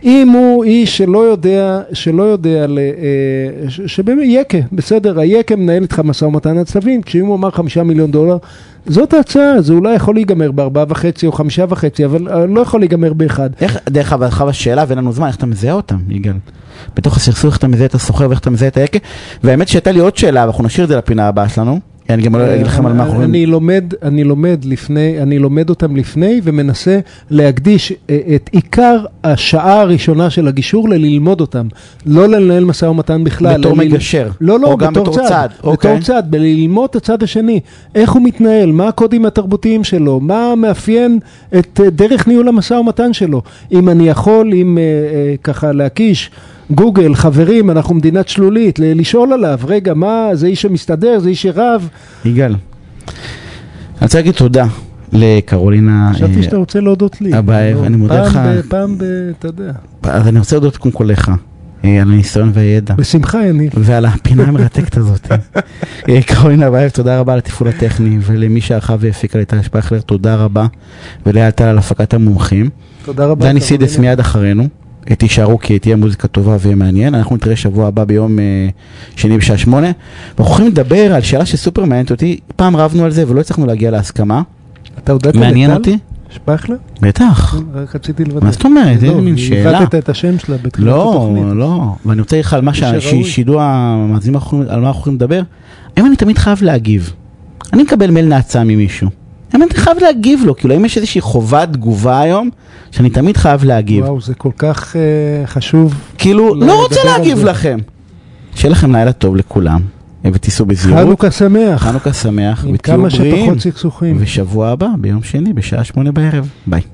אם הוא איש שלא יודע, שלא יודע, שבאמת יקה, בסדר, היקה מנהל איתך משא ומתן הצלבים, כשאם הוא אמר חמישה מיליון דולר, זאת ההצעה, זה אולי יכול להיגמר בארבעה וחצי או חמישה וחצי, אבל לא יכול להיגמר באחד. איך, דרך אגב, השאלה, ואין לנו זמן, איך אתה מזהה אותם, יגאל? בתוך הסכסוך, איך אתה מזהה את הסוחר ואיך אתה מזהה את היקה? והאמת שהייתה לי עוד שאלה, ואנחנו נשאיר את זה לפינה הבאה שלנו. אני גם לא אגיד לכם על מה אנחנו... אני לומד, אני לומד לפני, אני לומד אותם לפני, ומנסה להקדיש את עיקר השעה הראשונה של הגישור ללמוד אותם. לא לנהל משא ומתן בכלל. בתור מגשר. לא, לא, או גם בתור צד. בתור צד, בללמוד את הצד השני. איך הוא מתנהל, מה הקודים התרבותיים שלו, מה מאפיין את דרך ניהול המשא ומתן שלו. אם אני יכול, אם ככה להקיש, גוגל, חברים, אנחנו מדינת שלולית, לשאול עליו, רגע, מה, זה איש שמסתדר, זה איש שרב. יגאל, אני רוצה להגיד תודה לקרולינה. חשבתי שאתה רוצה להודות לי. הבאב, אני מודה לך. פעם ב, אתה יודע. אז אני רוצה להודות קודם כל לך, על הניסיון והידע. בשמחה, יניב. ועל הפינה המרתקת הזאת. קרולינה הבאב, תודה רבה על התפעול הטכני, ולמי שערכה והפיקה לי טל שפייכלר, תודה רבה, ולאייל טל על הפקת המומחים. תודה רבה. דני סידס מיד אחרינו. תישארו כי תהיה מוזיקה טובה ומעניין. אנחנו נתראה שבוע הבא ביום שני בשעה שמונה. ואנחנו יכולים לדבר על שאלה שסופר מעניינת אותי. פעם רבנו על זה ולא הצלחנו להגיע להסכמה. אתה הודעת מעניין אותי? שפייכלר? בטח. רק רציתי לבדל. מה זאת אומרת? איזה מין שאלה. הבטת את השם שלה בתחילת התוכנית. לא, לא. ואני רוצה לך על מה שידעו המאזינים על מה אנחנו יכולים לדבר. האם אני תמיד חייב להגיב? אני מקבל מייל נאצה ממישהו. אני חייב להגיב לו, כאילו אם יש איזושהי חובת תגובה היום, שאני תמיד חייב להגיב. וואו, זה כל כך uh, חשוב. כאילו, לא רוצה להגיב לכם. שיהיה לכם לילה טוב לכולם, ותיסעו בזהירות. חנוכה שמח. חנוכה שמח, עם כמה שפחות סכסוכים. ושבוע הבא, ביום שני, בשעה שמונה בערב. ביי.